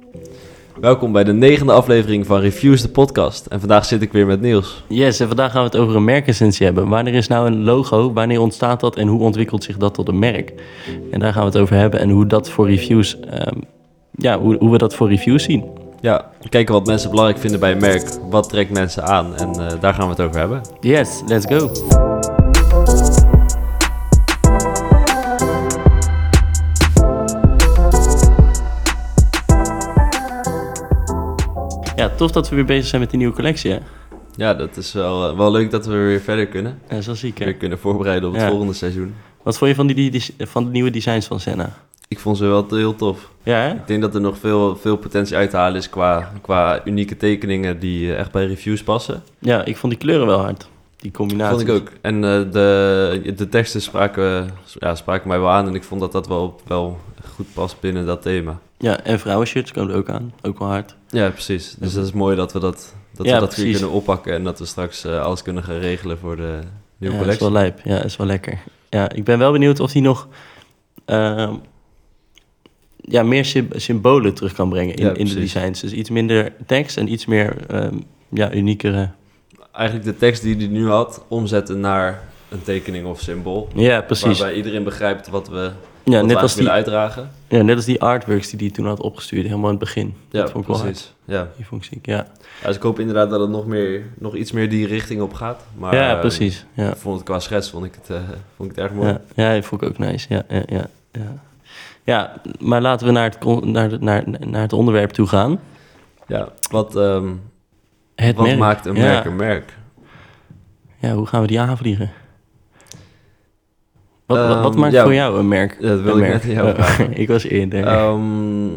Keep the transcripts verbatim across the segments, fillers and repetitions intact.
Welkom bij de negende aflevering van Reviews de podcast. En vandaag zit ik weer met Niels. Yes, en vandaag gaan we het over een merkessentie hebben. Wanneer is nou een logo? Wanneer ontstaat dat? En hoe ontwikkelt zich dat tot een merk? En daar gaan we het over hebben en hoe dat voor reviews, um, ja, hoe, hoe we dat voor reviews zien. Ja, kijken wat mensen belangrijk vinden bij een merk. Wat trekt mensen aan? En uh, daar gaan we het over hebben. Yes, let's go. Ja, tof dat we weer bezig zijn met die nieuwe collectie, hè? Ja, dat is wel, uh, wel leuk dat we weer verder kunnen. Ja, dat is wel ziek, hè? Weer kunnen voorbereiden op het Ja. volgende seizoen. Wat vond je van, die, die, van de nieuwe designs van Senna? Ik vond ze wel heel tof. Ja, hè? Ik denk dat er nog veel, veel potentie uit te halen is qua, qua unieke tekeningen die uh, echt bij reviews passen. Ja, ik vond die kleuren wel hard. Die combinatie. Vond ik ook. En uh, de, de teksten spraken, ja, spraken mij wel aan en ik vond dat dat wel, wel goed past binnen dat thema. Ja, en vrouwenshirts komen er ook aan. Ook wel hard. Ja, precies. Dus dat is mooi dat we dat, dat, Ja, we dat weer precies. kunnen oppakken en dat we straks uh, alles kunnen gaan regelen voor de nieuwe Ja, dat is collectie. wel lijp. Ja, dat is wel lekker. Ja, ik ben wel benieuwd of hij nog uh, ja, meer sym- symbolen terug kan brengen in, Ja, in de precies. designs. Dus iets minder tekst en iets meer um, ja, uniekere... Eigenlijk de tekst die hij nu had, omzetten naar een tekening of symbool. Ja, precies. Waarbij iedereen begrijpt wat we, Ja, wat net we als, willen die, uitdragen. ja, net als die artworks die hij toen had opgestuurd, helemaal in het begin. Ja, dat vond ik wel hard. precies. Ja. Die vond ik ziek, ja. Ja, dus ik hoop inderdaad dat het nog, meer, nog iets meer die richting op gaat. Maar, ja, uh, precies. Ja. Ik vond het qua schets vond ik het, uh, vond ik het erg mooi. Ja, ja, dat vond ik ook nice. Ja, ja, ja, ja. ja maar laten we naar het, con- naar, de, naar, naar het onderwerp toe gaan. Ja, wat, um, Het wat merk. maakt een Ja. merk een merk? Ja, hoe gaan we die aanvliegen? Wat, wat, wat Um, maakt ja, voor jou een merk? dat wil een ik merk? net aan jou vragen. Ik was eerder. Um,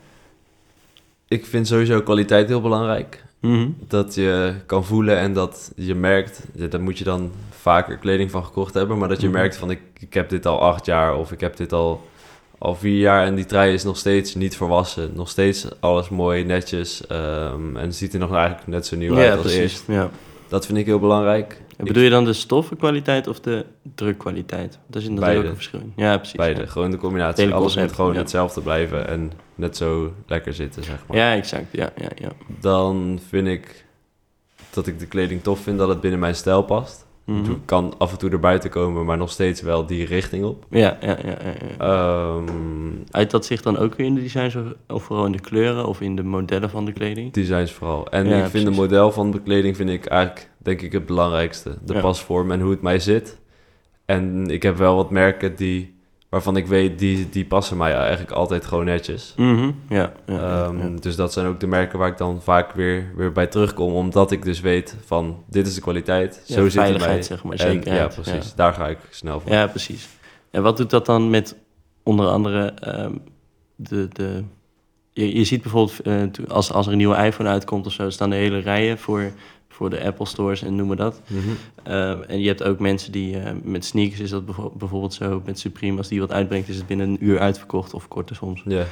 ik vind sowieso kwaliteit heel belangrijk. Mhm. Dat je kan voelen en dat je merkt, ja, daar moet je dan vaker kleding van gekocht hebben, maar dat je Mhm. merkt van ik, ik heb dit al acht jaar of ik heb dit al, al vier jaar en die trui is nog steeds niet volwassen. Nog steeds alles mooi, netjes um, en het ziet er nog eigenlijk net zo nieuw Ja, uit als precies. eerst. Ja. Dat vind ik heel belangrijk. En bedoel je dan de stoffenkwaliteit of de drukkwaliteit? Daar zit natuurlijk Beide. ook een verschil in. Ja, precies. Beide, Ja, gewoon de combinatie. Het hele Alles moet concept, gewoon ja. hetzelfde blijven en net zo lekker zitten, zeg maar. ja exact. Ja, ja, ja. Dan vind ik dat ik de kleding tof vind, dat het binnen mijn stijl past. Mhm. Ik kan af en toe erbuiten komen, maar nog steeds wel die richting op. Ja, ja, ja, ja, ja. Um, Uit dat zich dan ook weer in de designs of, of vooral in de kleuren of in de modellen van de kleding? designs vooral. En Ja, ik vind precies. de model van de kleding vind ik eigenlijk, denk ik, het belangrijkste. De Ja. pasvorm en hoe het mij zit. En ik heb wel wat merken die, waarvan ik weet, die, die passen mij eigenlijk altijd gewoon netjes. Mhm. Ja, ja, ja, Um, ja. Dus dat zijn ook de merken waar ik dan vaak weer, weer bij terugkom. Omdat ik dus weet van, dit is de kwaliteit. Ja, zo zit het mij. veiligheid, zeg maar, En, zekerheid, ja, precies. ja. Daar ga ik snel van. Ja, precies. En wat doet dat dan met onder andere um, de... de je, je ziet bijvoorbeeld, uh, to- als, als er een nieuwe iPhone uitkomt of zo, staan de hele rijen voor, voor de Apple stores en noem maar dat. Mhm. Uh, en je hebt ook mensen die, uh, met sneakers is dat bevo- bijvoorbeeld zo, met Supreme, als die wat uitbrengt, is het binnen een uur uitverkocht of korter soms. Ja.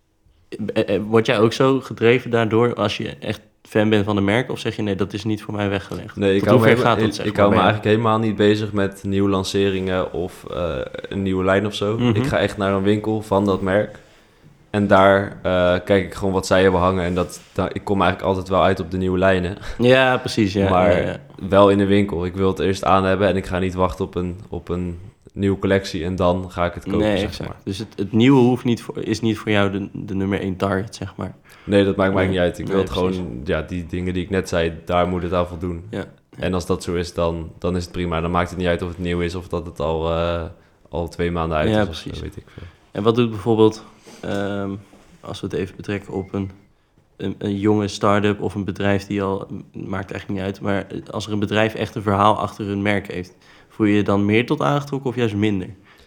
Eh, eh, Word jij ook zo gedreven daardoor als je echt fan bent van de merk? Of zeg je nee, dat is niet voor mij weggelegd? Nee, ik Tot hou, me, hoever helemaal- gaat dat, ik, zeg ik maar, hou me bij jou? eigenlijk helemaal niet bezig met nieuwe lanceringen of uh, een nieuwe lijn of zo. Mhm. Ik ga echt naar een winkel van dat merk. En daar uh, kijk ik gewoon wat zij hebben hangen. En dat, daar, ik kom eigenlijk altijd wel uit op de nieuwe lijnen. Ja, precies. Ja, maar ja, ja. wel in een winkel. Ik wil het eerst aan hebben en ik ga niet wachten op een, op een nieuwe collectie. En dan ga ik het kopen, Nee, zeg exact. maar. Dus het, het nieuwe hoeft niet voor, is niet voor jou de, de nummer één target, zeg maar. Nee, dat maakt mij Nee, niet uit. Ik wil nee, het gewoon, ja, die dingen die ik net zei, daar moet het aan voldoen. Ja. En als dat zo is, dan, dan is het prima. Dan maakt het niet uit of het nieuw is of dat het al, uh, al twee maanden uit Ja, is. Of zo, precies. weet ik veel. En wat doet bijvoorbeeld, um, als we het even betrekken op een, een, een jonge start-up of een bedrijf die al, maakt eigenlijk niet uit, maar als er een bedrijf echt een verhaal achter hun merk heeft, voel je je dan meer tot aangetrokken of juist minder?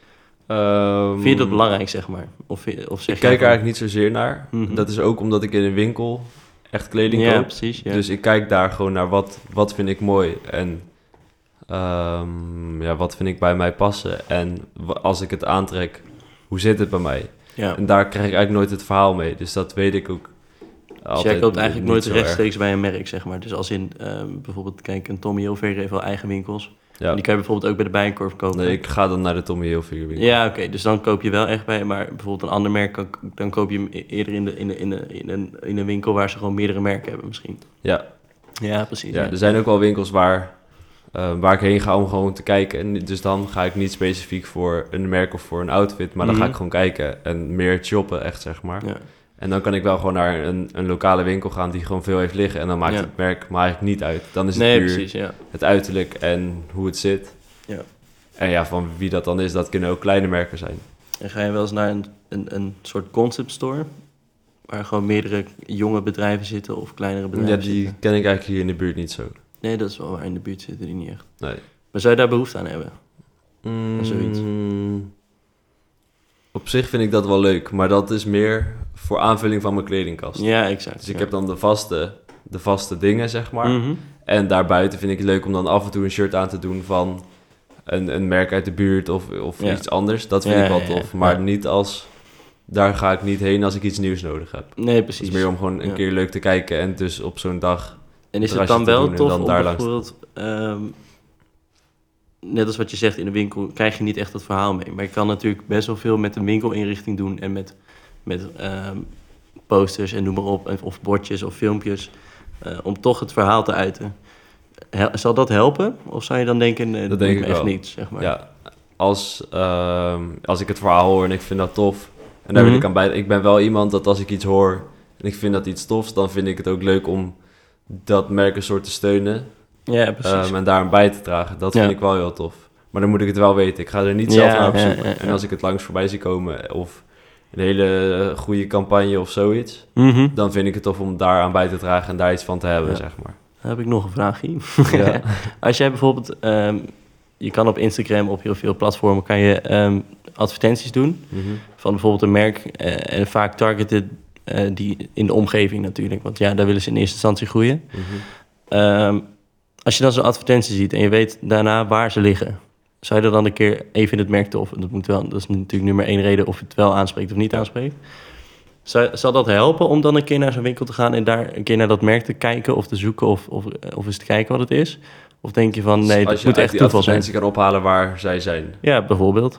Um, Vind je dat belangrijk, zeg maar? Of, vind- of zeg Ik jij kijk er van- eigenlijk niet zozeer naar. Mhm. Dat is ook omdat ik in een winkel echt kleding Ja, koop. precies. Ja. Dus ik kijk daar gewoon naar wat, wat vind ik mooi en um, ja, wat vind ik bij mij passen. En w- als ik het aantrek, hoe zit het bij mij? ja. En daar krijg ik eigenlijk nooit het verhaal mee. Dus dat weet ik ook Dus altijd jij koopt niet eigenlijk nooit zo erg. rechtstreeks bij een merk, zeg maar. Dus als in, um, bijvoorbeeld, kijk, een Tommy Hilfiger heeft wel eigen winkels. Ja. En die kan je bijvoorbeeld ook bij de Bijenkorf kopen. Nee, ik ga dan naar de Tommy Hilfiger winkel. Ja, oké. Okay. Dus dan koop je wel echt bij, maar bijvoorbeeld een ander merk, kan, dan koop je hem eerder in, de, in, de, in, de, in, een, in een winkel waar ze gewoon meerdere merken hebben misschien. Ja. Ja, precies. Ja, ja. Er zijn ook wel winkels waar, uh, waar ik heen ga om gewoon te kijken. En dus dan ga ik niet specifiek voor een merk of voor een outfit, maar dan mm-hmm. ga ik gewoon kijken en meer shoppen echt, zeg maar. Ja. En dan kan ik wel gewoon naar een, een lokale winkel gaan die gewoon veel heeft liggen. En dan maakt ja. het merk me eigenlijk niet uit. Dan is het nee, puur precies, ja. het uiterlijk en hoe het zit. Ja. En ja, van wie dat dan is, dat kunnen ook kleine merken zijn. En ga je wel eens naar een, een, een soort concept store? Waar gewoon meerdere jonge bedrijven zitten of kleinere bedrijven zitten? Ja, die zitten? ken ik eigenlijk hier in de buurt niet zo. Nee, dat is wel waar in de buurt zitten die niet echt. Nee. Maar zou je daar behoefte aan hebben? Mm, zoiets? Op zich vind ik dat wel leuk, maar dat is meer voor aanvulling van mijn kledingkast. Ja, exact. Dus ik ja. heb dan de vaste, de vaste dingen, zeg maar. Mm-hmm. En daarbuiten vind ik het leuk om dan af en toe een shirt aan te doen van een, een merk uit de buurt of, of ja. iets anders. Dat vind ja, ik wel tof. Ja, maar ja. niet als... Daar ga ik niet heen als ik iets nieuws nodig heb. Nee, precies. Het is meer om gewoon een ja. keer leuk te kijken en dus op zo'n dag... En is het dan wel tof om bijvoorbeeld... Um, net als wat je zegt, in de winkel krijg je niet echt dat verhaal mee. Maar je kan natuurlijk best wel veel met de winkelinrichting doen en met, met um, posters en noem maar op, of bordjes of filmpjes, uh, om toch het verhaal te uiten. Hel- zal dat helpen? Of zou je dan denken, nee, dat, dat denk ik echt wel. Niets, zeg maar? Ja, als, uh, als ik het verhaal hoor en ik vind dat tof, en daar mm-hmm. wil ik aan bij... Ik ben wel iemand dat als ik iets hoor en ik vind dat iets tofs, dan vind ik het ook leuk om dat merk een soort te steunen. Ja, precies. Um, en daar bij te dragen. Dat vind ja. ik wel heel tof. Maar dan moet ik het wel weten. Ik ga er niet zelf ja, naar op zoek. Ja, ja, ja. En als ik het langs voorbij zie komen of een hele goede campagne of zoiets, mm-hmm. dan vind ik het tof om daar aan bij te dragen en daar iets van te hebben, ja. zeg maar. Dan heb ik nog een vraagje. Ja. Als jij bijvoorbeeld, um, je kan op Instagram, op heel veel platformen, kan je um, advertenties doen mm-hmm. van bijvoorbeeld een merk uh, en vaak targeted uh, die in de omgeving natuurlijk, want ja, daar willen ze in eerste instantie groeien. Mm-hmm. Um, Als je dan zo'n advertentie ziet en je weet daarna waar ze liggen, zou je er dan een keer even in het merk tof? Dat moet wel, dat is natuurlijk nummer één reden of je het wel aanspreekt of niet ja. aanspreekt. Zou, zal dat helpen om dan een keer naar zo'n winkel te gaan en daar een keer naar dat merk te kijken of te zoeken of, of, of eens te kijken wat het is? Of denk je van nee, dat moet echt toeval zijn? Als je advertentie kan ophalen waar zij zijn. Ja, bijvoorbeeld.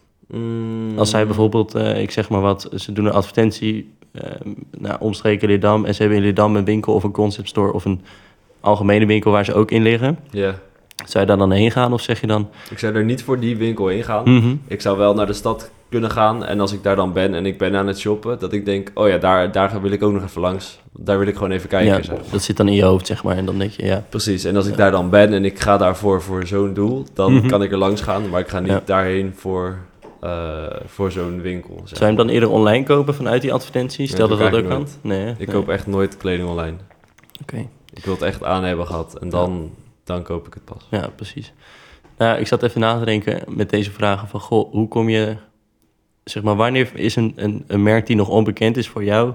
Mm. Als zij bijvoorbeeld, uh, ik zeg maar wat, ze doen een advertentie uh, naar omstreken Leerdam en ze hebben in Leerdam een winkel of een concept store of een algemene winkel waar ze ook in liggen. Ja. Yeah. Zou je daar dan heen gaan of zeg je dan... Ik zou er niet voor die winkel heen gaan. Mm-hmm. Ik zou wel naar de stad kunnen gaan. En als ik daar dan ben en ik ben aan het shoppen, dat ik denk, oh ja, daar, daar wil ik ook nog even langs. Daar wil ik gewoon even kijken. Ja, zeg. Dat zit dan in je hoofd, zeg maar. En dan denk je, ja. Precies. En als ik ja. daar dan ben en ik ga daarvoor voor zo'n doel, dan mm-hmm. kan ik er langs gaan. Maar ik ga niet ja. daarheen voor, uh, voor zo'n winkel. Zeg. Zou je hem dan eerder online kopen vanuit die advertentie? Stel nee, dat dat ook kan. Nee, ik nee. koop echt nooit kleding online. Oké. Okay. Ik wil het echt aan hebben gehad en dan, ja. dan koop ik het pas. Ja, precies. Nou, ik zat even na te denken met deze vragen van... Goh, hoe kom je... Zeg maar, wanneer is een, een, een merk die nog onbekend is voor jou...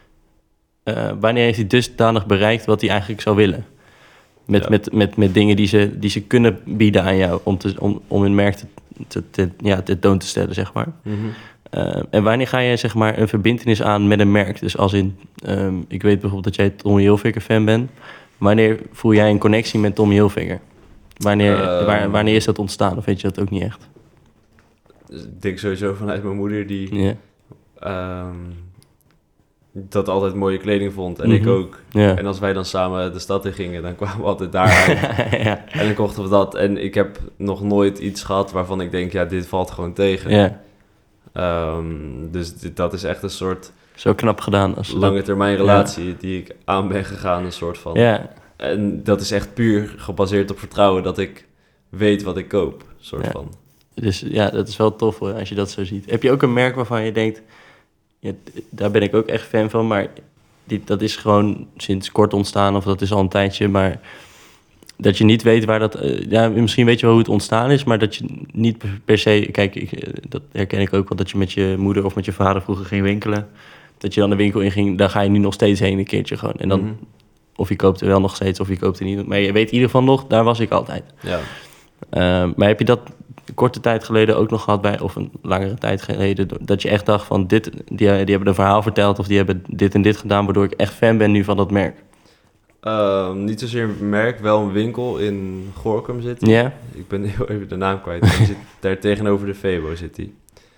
Uh, wanneer heeft hij dusdanig bereikt wat hij eigenlijk zou willen? Met, ja. met, met, met dingen die ze, die ze kunnen bieden aan jou... om, te, om, om hun merk te, te, te, ja, te toon te stellen, zeg maar. Mm-hmm. Uh, en wanneer ga je zeg maar, een verbintenis aan met een merk? Dus als in... Um, ik weet bijvoorbeeld dat jij Tommy Hilfiger fan bent... Wanneer voel jij een connectie met Tommy Hilfiger? Wanneer, uh, waar, wanneer is dat ontstaan? Of weet je dat ook niet echt? Ik denk sowieso vanuit mijn moeder die yeah. um, dat altijd mooie kleding vond. En mm-hmm. ik ook. Yeah. En als wij dan samen de stad in gingen, dan kwamen we altijd daar uit. ja. En dan kochten we dat. En ik heb nog nooit iets gehad waarvan ik denk, ja, dit valt gewoon tegen. Yeah. Um, dus dit, dat is echt een soort... Zo knap gedaan. Als lange dat... termijn relatie ja. die ik aan ben gegaan, een soort van. Ja. En dat is echt puur gebaseerd op vertrouwen dat ik weet wat ik koop, soort ja. van. Dus ja, dat is wel tof hoor, als je dat zo ziet. Heb je ook een merk waarvan je denkt, ja, daar ben ik ook echt fan van, maar die, dat is gewoon sinds kort ontstaan of dat is al een tijdje, maar dat je niet weet waar dat... Uh, ja, misschien weet je wel hoe het ontstaan is, maar dat je niet per se... Kijk, ik, dat herken ik ook wel, dat je met je moeder of met je vader vroeger ging winkelen. Dat je dan de winkel in ging, daar ga je nu nog steeds heen een keertje gewoon. En dan, mm-hmm. of je koopt er wel nog steeds, of je koopt er niet. Maar je weet in ieder geval nog, daar was ik altijd. Ja. Uh, maar heb je dat een korte tijd geleden ook nog gehad bij, of een langere tijd geleden, dat je echt dacht van, dit, die, die hebben een verhaal verteld, of die hebben dit en dit gedaan, waardoor ik echt fan ben nu van dat merk? Uh, niet zozeer een merk, wel een winkel in Gorinchem zit hij. Ja? Ik ben heel even de naam kwijt. Die zit daar tegenover de Febo zit hij.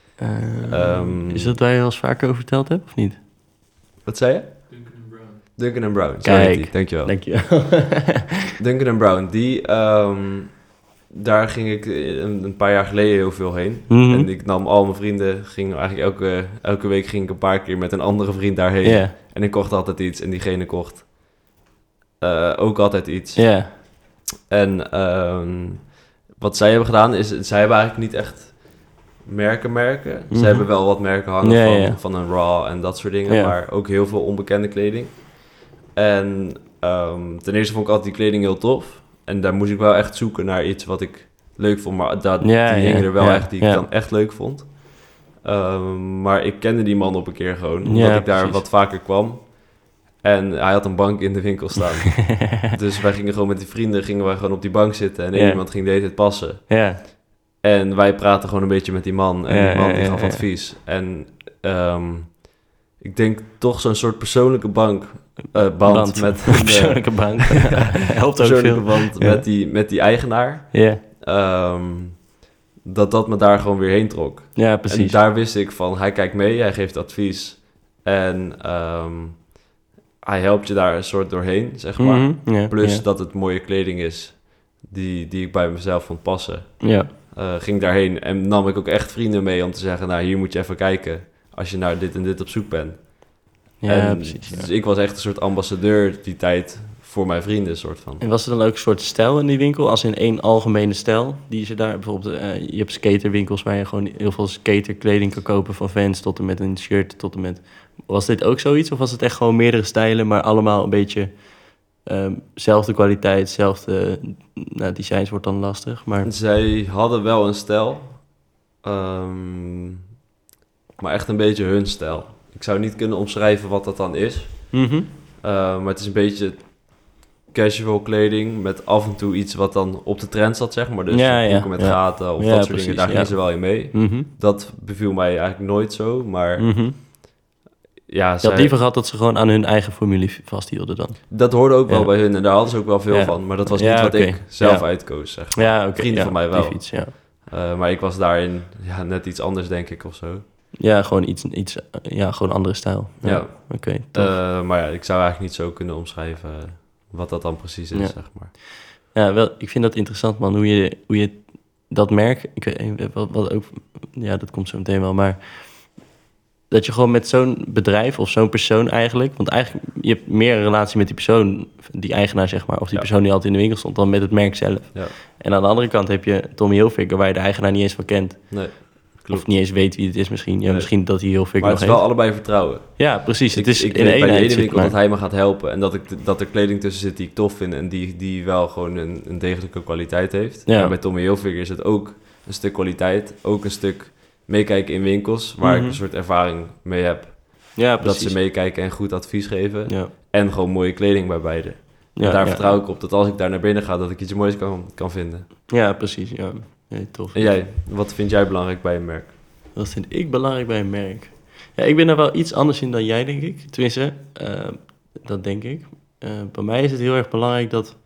Uh, um, is dat waar je al eens vaker over verteld hebt, of niet? Wat zei je? Duncan and Brown. Duncan and Brown, Kijk, dankjewel. dankjewel. Duncan and Brown, die... Um, daar ging ik een, een paar jaar geleden heel veel heen. Mm-hmm. En ik nam al mijn vrienden, ging eigenlijk elke, elke week ging ik een paar keer met een andere vriend daarheen. Yeah. En ik kocht altijd iets en diegene kocht uh, ook altijd iets. Yeah. En um, wat zij hebben gedaan is, zij hebben eigenlijk niet echt merken merken. Mm-hmm. Ze hebben wel wat merken hangen yeah, van, yeah. van een Raw en dat soort dingen, yeah. maar ook heel veel onbekende kleding. En um, ten eerste vond ik altijd die kleding heel tof. En daar moest ik wel echt zoeken naar iets wat ik leuk vond. Maar dat, ja, die hingen ja, er wel ja, echt, die ja. ik dan echt leuk vond. Um, maar ik kende die man op een keer gewoon. Omdat ja, ik daar precies. wat vaker kwam. En hij had een bank in de winkel staan. Dus wij gingen gewoon met die vrienden gingen wij gewoon op die bank zitten. En ja. iemand ging de hele tijd passen. Ja. En wij praten gewoon een beetje met die man. En ja, die man die ja, gaf ja, advies. En um, ik denk toch zo'n soort persoonlijke bank... Uh, band, band met een persoonlijke uh, bank. Helpt ook veel. band ja. met, die, met die eigenaar. Ja. Um, dat dat me daar gewoon weer heen trok. Ja, precies. En daar wist ik van, hij kijkt mee, hij geeft advies. En um, hij helpt je daar een soort doorheen, zeg maar. Mm-hmm. Ja, Plus ja. dat het mooie kleding is die, die ik bij mezelf vond passen. Ja. Uh, ging daarheen en nam ik ook echt vrienden mee om te zeggen... nou, hier moet je even kijken als je naar dit en dit op zoek bent. Ja, en, precies. Ja. Dus ik was echt een soort ambassadeur die tijd voor mijn vrienden, soort van. En was er dan ook een soort stijl in die winkel? Als in één algemene stijl? Die ze daar bijvoorbeeld... Uh, je hebt skaterwinkels waar je gewoon heel veel skaterkleding kan kopen... van Vans tot en met een shirt tot en met... Was dit ook zoiets? Of was het echt gewoon meerdere stijlen... maar allemaal een beetje... Um, zelfde kwaliteit, zelfde... Nou, designs wordt dan lastig, maar... Zij hadden wel een stijl. Um, maar echt een beetje hun stijl. Ik zou niet kunnen omschrijven wat dat dan is. Mm-hmm. Uh, maar het is een beetje casual kleding met af en toe iets wat dan op de trend zat, zeg maar. Dus ja, ja, broeken met ja. gaten of ja, dat soort precies, dingen. Daar ja. gingen ze wel in mee. Mm-hmm. Dat beviel mij eigenlijk nooit zo, maar... Mm-hmm. Ja, je zij... had liever gehad dat ze gewoon aan hun eigen formule vasthielden dan. Dat hoorde ook wel ja. bij hun en daar hadden ze ook wel veel ja. van. Maar dat was ja, niet wat okay. ik zelf ja. uitkoos, zeg maar. Ja, okay. Vrienden ja, van mij wel. Fiets, ja. Uh, maar ik was daarin ja, net iets anders, denk ik, of zo. Ja, gewoon iets, iets ja, gewoon andere stijl. Ja, ja. Oké, okay, uh, maar ja, ik zou eigenlijk niet zo kunnen omschrijven wat dat dan precies is, ja. zeg maar. Ja, wel, ik vind dat interessant, man, hoe je, hoe je dat merk... Ik weet, wat, wat ook, ja, dat komt zo meteen wel, maar... Dat je gewoon met zo'n bedrijf of zo'n persoon eigenlijk... Want eigenlijk, je hebt meer een relatie met die persoon, die eigenaar, zeg maar... of die ja. persoon die altijd in de winkel stond, dan met het merk zelf. Ja. En aan de andere kant heb je Tommy Hilfiger... waar je de eigenaar niet eens van kent. Nee. Klopt. Of niet eens weet wie het is misschien. Ja, nee. Misschien dat hij heel veel Maar het is wel allebei vertrouwen. Ja, precies. Ik, het is ik in weet bij de ene zit, winkel maar... dat hij me gaat helpen... en dat, ik, dat er kleding tussen zit die ik tof vind... en die, die wel gewoon een, een degelijke kwaliteit heeft. Ja. En bij Tommy Hilfiger is het ook een stuk kwaliteit. Ook een stuk meekijken in winkels... waar mm-hmm. ik een soort ervaring mee heb. Ja, precies. Dat ze meekijken en goed advies geven. Ja. En gewoon mooie kleding bij beide. Ja, en daar ja, vertrouw ja. ik op dat als ik daar naar binnen ga... dat ik iets moois kan, kan vinden. Ja, precies. Ja. Nee, tof. En jij? Wat vind jij belangrijk bij een merk? Wat vind ik belangrijk bij een merk? Ja, ik ben er wel iets anders in dan jij, denk ik. Tenminste, uh, dat denk ik. Uh, bij mij is het heel erg belangrijk dat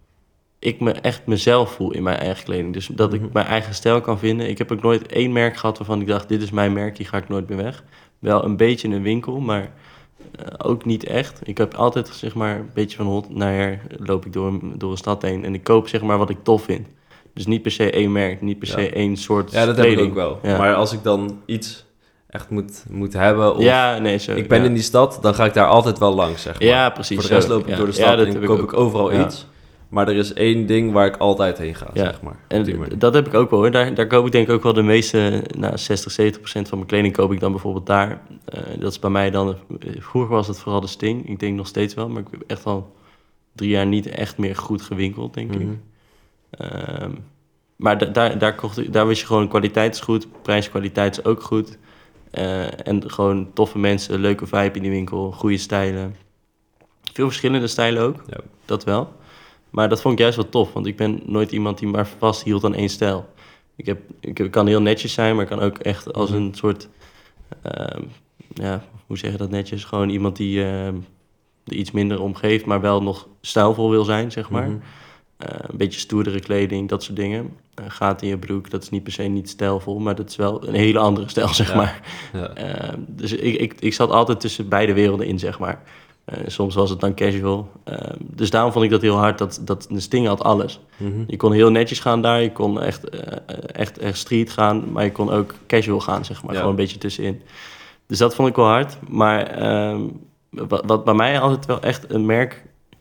ik me echt mezelf voel in mijn eigen kleding. Dus dat ik mijn eigen stijl kan vinden. Ik heb ook nooit één merk gehad waarvan ik dacht... dit is mijn merk, die ga ik nooit meer weg. Wel een beetje in een winkel, maar uh, ook niet echt. Ik heb altijd, zeg maar, een beetje van hot naar her... loop ik door, door een stad heen en ik koop, zeg maar, wat ik tof vind. Dus niet per se één merk, niet per se ja. één soort Ja, dat kleding. heb ik ook wel. Ja. Maar als ik dan iets echt moet, moet hebben... Of ja, nee, zo, ik ben ja. in die stad, dan ga ik daar altijd wel langs, zeg maar. Ja, precies. Voor de rest zo. loop ik ja. door de stad ja, en koop ik, ik overal ja. iets. Maar er is één ding waar ik altijd heen ga, ja. zeg maar. En dat heb ik ook wel, hoor. Daar, daar koop ik denk ik ook wel de meeste... Nou, zestig, zeventig procent van mijn kleding koop ik dan bijvoorbeeld daar. Uh, dat is bij mij dan... Vroeger was het vooral de Sting. Ik denk nog steeds wel, maar ik heb echt al drie jaar niet echt meer goed gewinkeld, denk mm-hmm. ik. Um, maar da- daar, daar, kocht ik, daar wist je gewoon, kwaliteit is goed, prijs-kwaliteit is ook goed. Uh, en gewoon toffe mensen, leuke vibe in die winkel, goede stijlen. Veel verschillende stijlen ook, ja. dat wel. Maar dat vond ik juist wel tof, want ik ben nooit iemand die maar vasthield aan één stijl. Ik, heb, ik kan heel netjes zijn, maar ik kan ook echt als een soort... Uh, ja, hoe zeg je dat netjes? Gewoon iemand die... Uh, er iets minder om geeft, maar wel nog stijlvol wil zijn, zeg maar. Mm-hmm. Uh, een beetje stoerdere kleding, dat soort dingen. Uh, gaat in je broek, dat is niet per se niet stijlvol, maar dat is wel een hele andere stijl, zeg ja. maar. Ja. Uh, dus ik, ik, ik zat altijd tussen beide werelden in, zeg maar. Uh, soms was het dan casual. Uh, dus daarom vond ik dat heel hard, dat, dat de Sting had alles. Mm-hmm. Je kon heel netjes gaan daar, je kon echt, uh, echt, echt street gaan, maar je kon ook casual gaan, zeg maar. Ja. Gewoon een beetje tussenin. Dus dat vond ik wel hard. Maar uh, wat, wat bij mij altijd wel echt een merk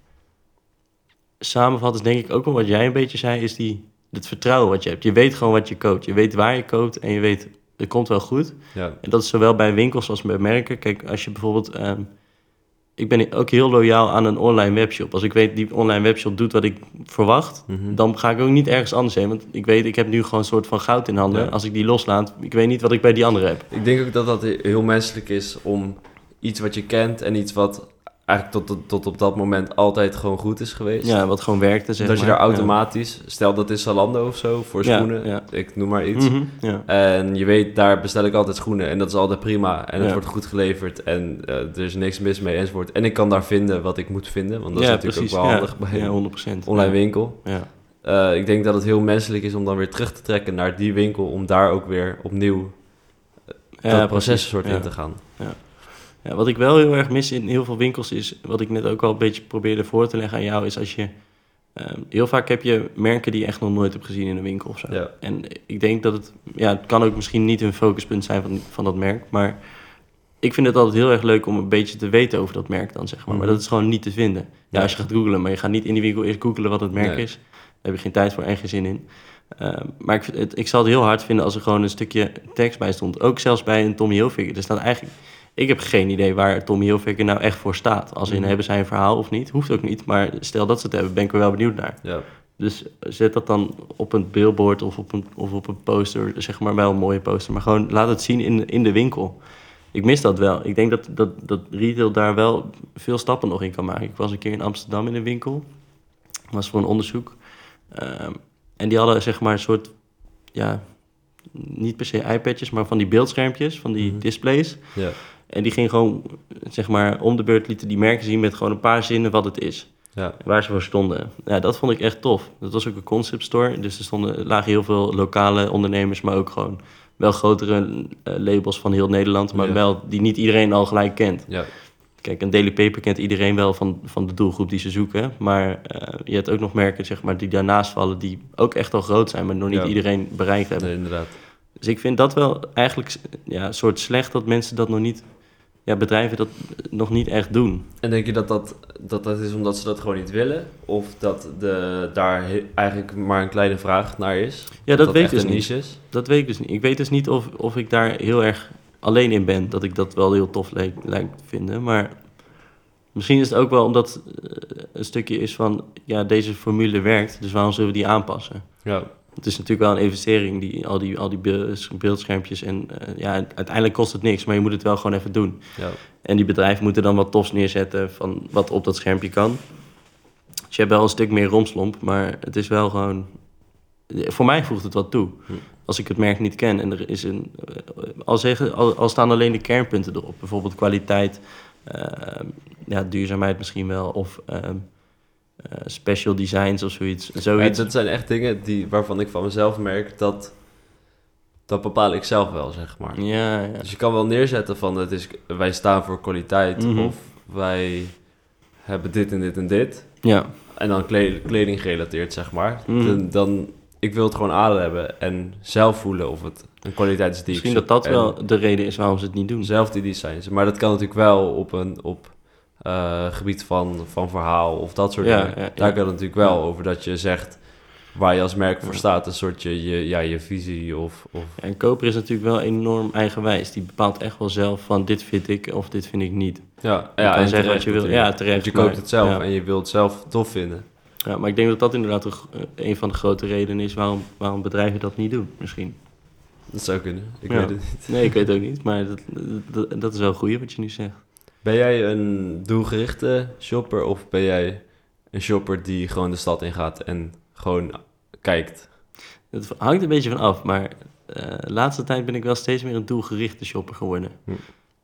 samenvat, is denk ik ook wel wat jij een beetje zei, is die, het vertrouwen wat je hebt. Je weet gewoon wat je koopt. Je weet waar je koopt en je weet, het komt wel goed. Ja. En dat is zowel bij winkels als bij merken. Kijk, als je bijvoorbeeld... Um, ik ben ook heel loyaal aan een online webshop. Als ik weet, die online webshop doet wat ik verwacht, mm-hmm. dan ga ik ook niet ergens anders heen. Want ik weet, ik heb nu gewoon een soort van goud in handen. Ja. Als ik die loslaat, ik weet niet wat ik bij die andere heb. Ik denk ook dat dat heel menselijk is om iets wat je kent en iets wat eigenlijk tot, tot, tot op dat moment altijd gewoon goed is geweest. Ja, wat gewoon werkte, zeg dat maar. je daar automatisch, ja. stel dat is Zalando of zo, voor schoenen, ja, ja. ik noem maar iets. Mm-hmm, ja. En je weet, daar bestel ik altijd schoenen en dat is altijd prima. En het ja. wordt goed geleverd en uh, er is niks mis mee enzovoort. En ik kan daar vinden wat ik moet vinden, want dat ja, is natuurlijk precies. ook wel handig ja. bij ja, honderd procent. een online winkel. Ja. Uh, ik denk dat het heel menselijk is om dan weer terug te trekken naar die winkel, om daar ook weer opnieuw ja, dat proces soort ja. in te gaan. Ja. Ja, wat ik wel heel erg mis in heel veel winkels is, wat ik net ook al een beetje probeerde voor te leggen aan jou, is als je... Um, heel vaak heb je merken die je echt nog nooit hebt gezien in een winkel of zo. Ja. En ik denk dat het... Ja, het kan ook misschien niet een focuspunt zijn van, van dat merk, maar ik vind het altijd heel erg leuk om een beetje te weten over dat merk dan, zeg maar. Mm-hmm. Maar dat is gewoon niet te vinden. Ja, ja, als je gaat googlen, maar je gaat niet in die winkel eerst googlen wat het merk nee. is. Daar heb je geen tijd voor en geen zin in. Uh, maar ik, het, ik zal het heel hard vinden als er gewoon een stukje tekst bij stond. Ook zelfs bij een Tommy Hilfiger. Er staat eigenlijk... Ik heb geen idee waar Tommy Hilfiger nou echt voor staat. Als in, mm. hebben zij een verhaal of niet? Hoeft ook niet, maar stel dat ze het hebben, ben ik er wel benieuwd naar. Ja. Dus zet dat dan op een billboard of op een, of op een poster, zeg maar wel een mooie poster. Maar gewoon laat het zien in, in de winkel. Ik mis dat wel. Ik denk dat, dat, dat retail daar wel veel stappen nog in kan maken. Ik was een keer in Amsterdam in een winkel. Dat was voor een onderzoek. Um, en die hadden zeg maar een soort, ja, niet per se iPadjes, maar van die beeldschermpjes, van die mm-hmm. displays. Ja. En die ging gewoon, zeg maar, om de beurt lieten die merken zien met gewoon een paar zinnen wat het is. Ja. Waar ze voor stonden. Ja, dat vond ik echt tof. Dat was ook een concept store. Dus er stonden, lagen heel veel lokale ondernemers, maar ook gewoon wel grotere uh, labels van heel Nederland, maar ja. wel die niet iedereen al gelijk kent. Ja. Kijk, een Daily Paper kent iedereen wel van, van de doelgroep die ze zoeken. Maar uh, je hebt ook nog merken, zeg maar, die daarnaast vallen, die ook echt al groot zijn, maar nog niet ja. iedereen bereikt hebben. Nee, inderdaad. Dus ik vind dat wel eigenlijk ja, een soort slecht dat mensen dat nog niet... Ja, bedrijven dat nog niet echt doen. En denk je dat dat, dat dat is omdat ze dat gewoon niet willen? Of dat de, daar he, eigenlijk maar een kleine vraag naar is? Ja, dat, dat weet ik dus niet. Is? Dat weet ik dus niet. Ik weet dus niet of, of ik daar heel erg alleen in ben. Dat ik dat wel heel tof lijkt, lijkt te vinden. Maar misschien is het ook wel omdat uh, een stukje is van... Ja, deze formule werkt, dus waarom zullen we die aanpassen? Ja. Het is natuurlijk wel een investering, die, al, die, al die beeldschermpjes. En uh, ja, uiteindelijk kost het niks, maar je moet het wel gewoon even doen. Ja. En die bedrijven moeten dan wat tofs neerzetten van wat op dat schermpje kan. Dus je hebt wel een stuk meer romslomp, maar het is wel gewoon... Voor mij voegt het wat toe. Hm. Als ik het merk niet ken en er is een... Al, zeggen, al, al staan alleen de kernpunten erop. Bijvoorbeeld kwaliteit, uh, ja, duurzaamheid misschien wel, of... Uh, Uh, special designs of zoiets. zoiets. Ja, dat zijn echt dingen die, waarvan ik van mezelf merk dat dat bepaal ik zelf wel, zeg maar. Ja, ja. Dus je kan wel neerzetten van het is, wij staan voor kwaliteit mm-hmm. of wij hebben dit en dit en dit. Ja. En dan kleding gerelateerd, zeg maar. Mm. Dan, dan, ik wil het gewoon aan hebben en zelf voelen of het een kwaliteit is die Misschien ik dat dat wel de reden is waarom ze het niet doen. Zelf die designs. Maar dat kan natuurlijk wel op een... Op, Uh, gebied van, van verhaal of dat soort ja, dingen. Ja, ja. Daar kan het natuurlijk wel ja. over dat je zegt waar je als merk voor staat, een soort je, je, ja, je visie of... of... Ja, en koper is natuurlijk wel enorm eigenwijs. Die bepaalt echt wel zelf van dit vind ik of dit vind ik niet. Ja, ja kan en zeggen wat je wil. Ja, terecht. Want je koopt maar, het zelf ja. en je wilt het zelf tof vinden. Ja, maar ik denk dat dat inderdaad een, een van de grote redenen is waarom, waarom bedrijven dat niet doen, misschien. Dat zou kunnen. Ik ja. weet het niet. Nee, ik weet het ook niet, maar dat, dat, dat is wel goed wat je nu zegt. Ben jij een doelgerichte shopper of ben jij een shopper die gewoon de stad ingaat en gewoon kijkt? Het hangt een beetje van af, maar uh, de laatste tijd ben ik wel steeds meer een doelgerichte shopper geworden. Hm.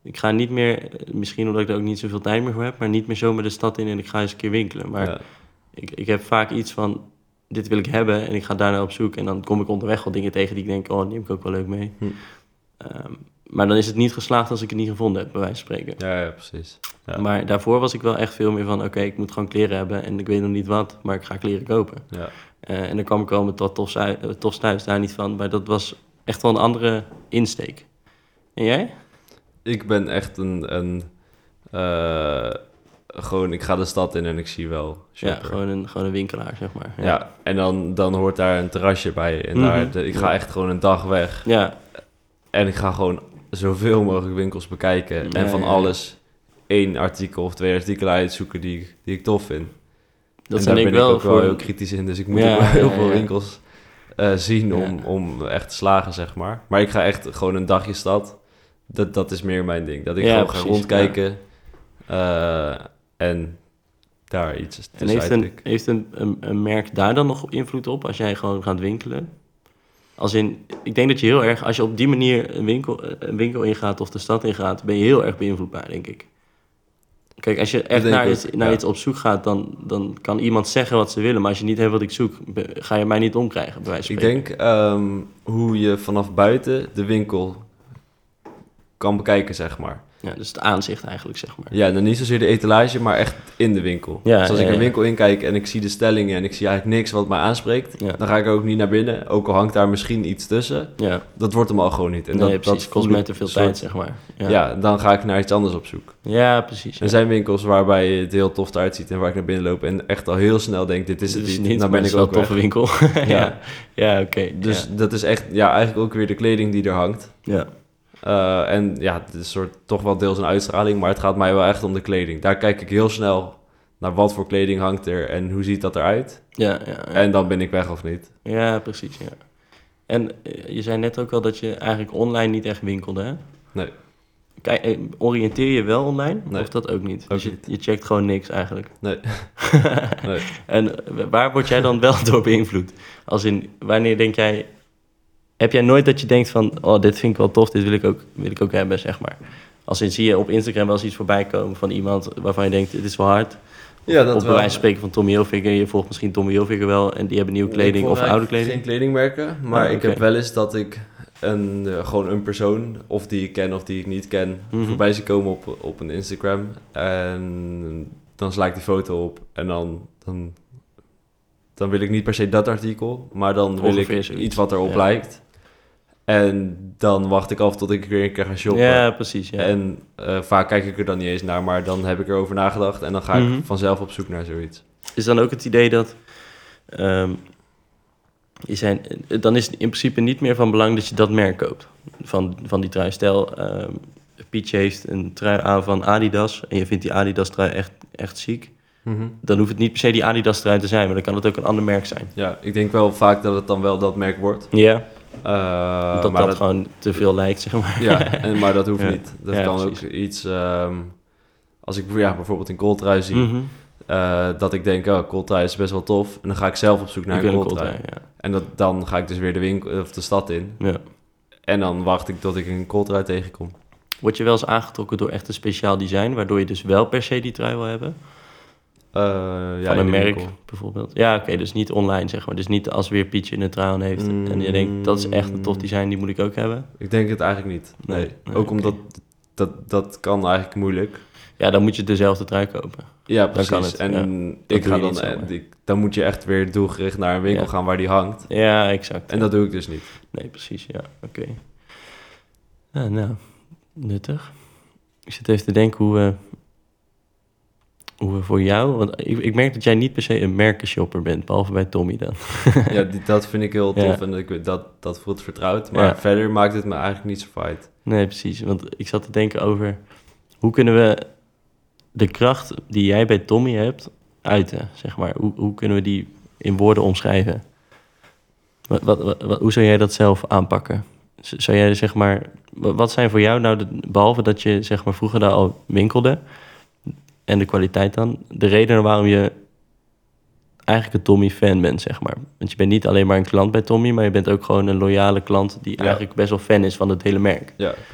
Ik ga niet meer, misschien omdat ik er ook niet zoveel tijd meer voor heb, maar niet meer zomaar de stad in en ik ga eens een keer winkelen. Maar ja. ik, ik heb vaak iets van, dit wil ik hebben en ik ga daarna op zoek. En dan kom ik onderweg wel dingen tegen die ik denk, oh, die heb ik ook wel leuk mee. Hm. Um, maar dan is het niet geslaagd als ik het niet gevonden heb, bij wijze van spreken. Ja, ja precies. Ja. Maar daarvoor was ik wel echt veel meer van, oké, okay, ik moet gewoon kleren hebben en ik weet nog niet wat, maar ik ga kleren kopen. Ja. Uh, en dan kwam ik wel met wat tofs, uit, tofs thuis, daar niet van. Maar dat was echt wel een andere insteek. En jij? Ik ben echt een... een uh, gewoon, ik ga de stad in en ik zie wel shopper. Ja, gewoon een, gewoon een winkelaar, zeg maar. Ja, ja en dan, dan hoort daar een terrasje bij. En mm-hmm. daar, de, ik ga ja. echt gewoon een dag weg. Ja. En ik ga gewoon zoveel mogelijk winkels bekijken. Ja, en van ja, ja. alles één artikel of twee artikelen uitzoeken die, die ik tof vind. Dat en daar ben ik wel ook voor... wel heel kritisch in. Dus ik moet ja, ook wel heel ja, veel ja. winkels uh, zien ja. om, om echt te slagen, zeg maar. Maar ik ga echt gewoon een dagje stad. Dat, dat is meer mijn ding. Dat ik ja, gewoon precies, ga rondkijken. Ja. Uh, en daar iets en heeft een, heeft een, een, een merk daar dan nog invloed op als jij gewoon gaat winkelen? Als in, ik denk dat je heel erg, als je op die manier een winkel, een winkel ingaat of de stad ingaat, ben je heel erg beïnvloedbaar, denk ik. Kijk, als je echt naar, iets, naar ja. iets op zoek gaat, dan, dan kan iemand zeggen wat ze willen. Maar als je niet hebt wat ik zoek, ga je mij niet omkrijgen, bij wijze van spreken. Ik denk um, hoe je vanaf buiten de winkel kan bekijken, zeg maar. Ja, dus het aanzicht eigenlijk, zeg maar. Ja, dan niet zozeer de etalage, maar echt in de winkel. Ja, dus als ja, ik een winkel ja. inkijk en ik zie de stellingen en ik zie eigenlijk niks wat mij aanspreekt, ja. dan ga ik ook niet naar binnen. Ook al hangt daar misschien iets tussen. Ja. Dat wordt hem al gewoon niet. En nee, dat, precies. Dat kost mij te veel tijd, zeg maar. Ja. ja, dan ga ik naar iets anders op zoek. Ja, precies. Ja. Er zijn winkels waarbij het heel tof eruit ziet en waar ik naar binnen loop en echt al heel snel denk, dit is het dus niet. niet. Dan ben ik wel een toffe winkel. ja, ja oké. Okay. Dus ja. dat is echt, ja, eigenlijk ook weer de kleding die er hangt. Ja. Uh, en ja, het is een soort, toch wel deels een uitstraling, maar het gaat mij wel echt om de kleding. Daar kijk ik heel snel naar wat voor kleding hangt er en hoe ziet dat eruit. Ja, ja, ja. En dan ben ik weg of niet. Ja, precies, ja. En je zei net ook al dat je eigenlijk online niet echt winkelde, hè? Nee. Kijk, oriënteer je wel online? Nee. Of dat ook niet? Ook dus je, niet. je checkt gewoon niks eigenlijk? Nee. nee. En waar word jij dan wel door beïnvloed? Als in, wanneer denk jij... Heb jij nooit dat je denkt van, oh, dit vind ik wel tof, dit wil ik ook, wil ik ook hebben, zeg maar. Als in, zie je op Instagram wel eens iets voorbij komen van iemand waarvan je denkt, dit is wel hard. Ja, dat op bij wijze van spreken van Tommy Hilfiger. Je volgt misschien Tommy Hilfiger wel en die hebben nieuwe kleding of oude kleding. Geen kledingmerken, maar ah, okay. ik heb wel eens dat ik een, uh, gewoon een persoon, of die ik ken of die ik niet ken, mm-hmm. voorbij zie komen op, op een Instagram. En dan sla ik die foto op en dan... dan Dan wil ik niet per se dat artikel, maar dan wil ik zoiets. iets wat erop ja. lijkt. En dan wacht ik af tot ik weer een keer ga shoppen. Ja, precies. Ja. En uh, vaak kijk ik er dan niet eens naar, maar dan heb ik erover nagedacht en dan ga mm-hmm. ik vanzelf op zoek naar zoiets. Is dan ook het idee dat... Um, je zijn, dan is het in principe niet meer van belang dat je dat merk koopt. Van, van die trui. Stel, um, Pietje heeft een trui aan van Adidas en je vindt die Adidas trui echt, echt ziek. Mm-hmm. Dan hoeft het niet per se die Adidas trui te zijn, maar dan kan het ook een ander merk zijn. Ja, ik denk wel vaak dat het dan wel dat merk wordt. Ja, uh, dat dat, dat gewoon te veel lijkt, zeg maar. Ja, en, maar dat hoeft ja. niet. Dat ja, kan precies. ook iets... Um, als ik ja, bijvoorbeeld een kooltrui zie, mm-hmm. uh, dat ik denk, oh, kooltrui is best wel tof. En dan ga ik zelf op zoek naar ik een kooltrui. Een kooltrui ja. En dat, dan ga ik dus weer de winkel of de stad in. Ja. En dan wacht ik tot ik een kooltrui tegenkom. Word je wel eens aangetrokken door echt een speciaal design, waardoor je dus wel per se die trui wil hebben? Uh, ja, van een merk winkel. Bijvoorbeeld. Ja, oké, okay, dus niet online, zeg maar. Dus niet als weer Pietje een trui aan heeft mm, en je denkt, dat is echt een tof design, die moet ik ook hebben. Ik denk het eigenlijk niet. Nee, nee, nee ook okay. omdat dat, dat kan eigenlijk moeilijk. Ja, dan moet je dezelfde trui kopen. Ja, precies. Dan kan het. En ja, ik ga dan, ik, dan moet je echt weer doelgericht naar een winkel ja. gaan waar die hangt. Ja, exact. En ja. dat doe ik dus niet. Nee, precies, ja. Oké. Okay. Ja, nou, nuttig. Ik zit even te denken hoe we... Hoe voor jou, want ik, ik merk dat jij niet per se een merkenshopper bent, behalve bij Tommy dan. Ja, die, dat vind ik heel tof ja. en ik, dat, dat voelt vertrouwd. Maar ja. verder maakt het me eigenlijk niet zo uit. Nee, precies. Want ik zat te denken over, hoe kunnen we de kracht die jij bij Tommy hebt uiten, zeg maar. Hoe, hoe kunnen we die in woorden omschrijven? Wat, wat, wat, hoe zou jij dat zelf aanpakken? Zou jij, zeg maar, wat zijn voor jou nou, de, behalve dat je, zeg maar, vroeger daar al winkelde... En de kwaliteit dan. De redenen waarom je eigenlijk een Tommy-fan bent, zeg maar. Want je bent niet alleen maar een klant bij Tommy, maar je bent ook gewoon een loyale klant die ja. eigenlijk best wel fan is van het hele merk. Ja, klopt.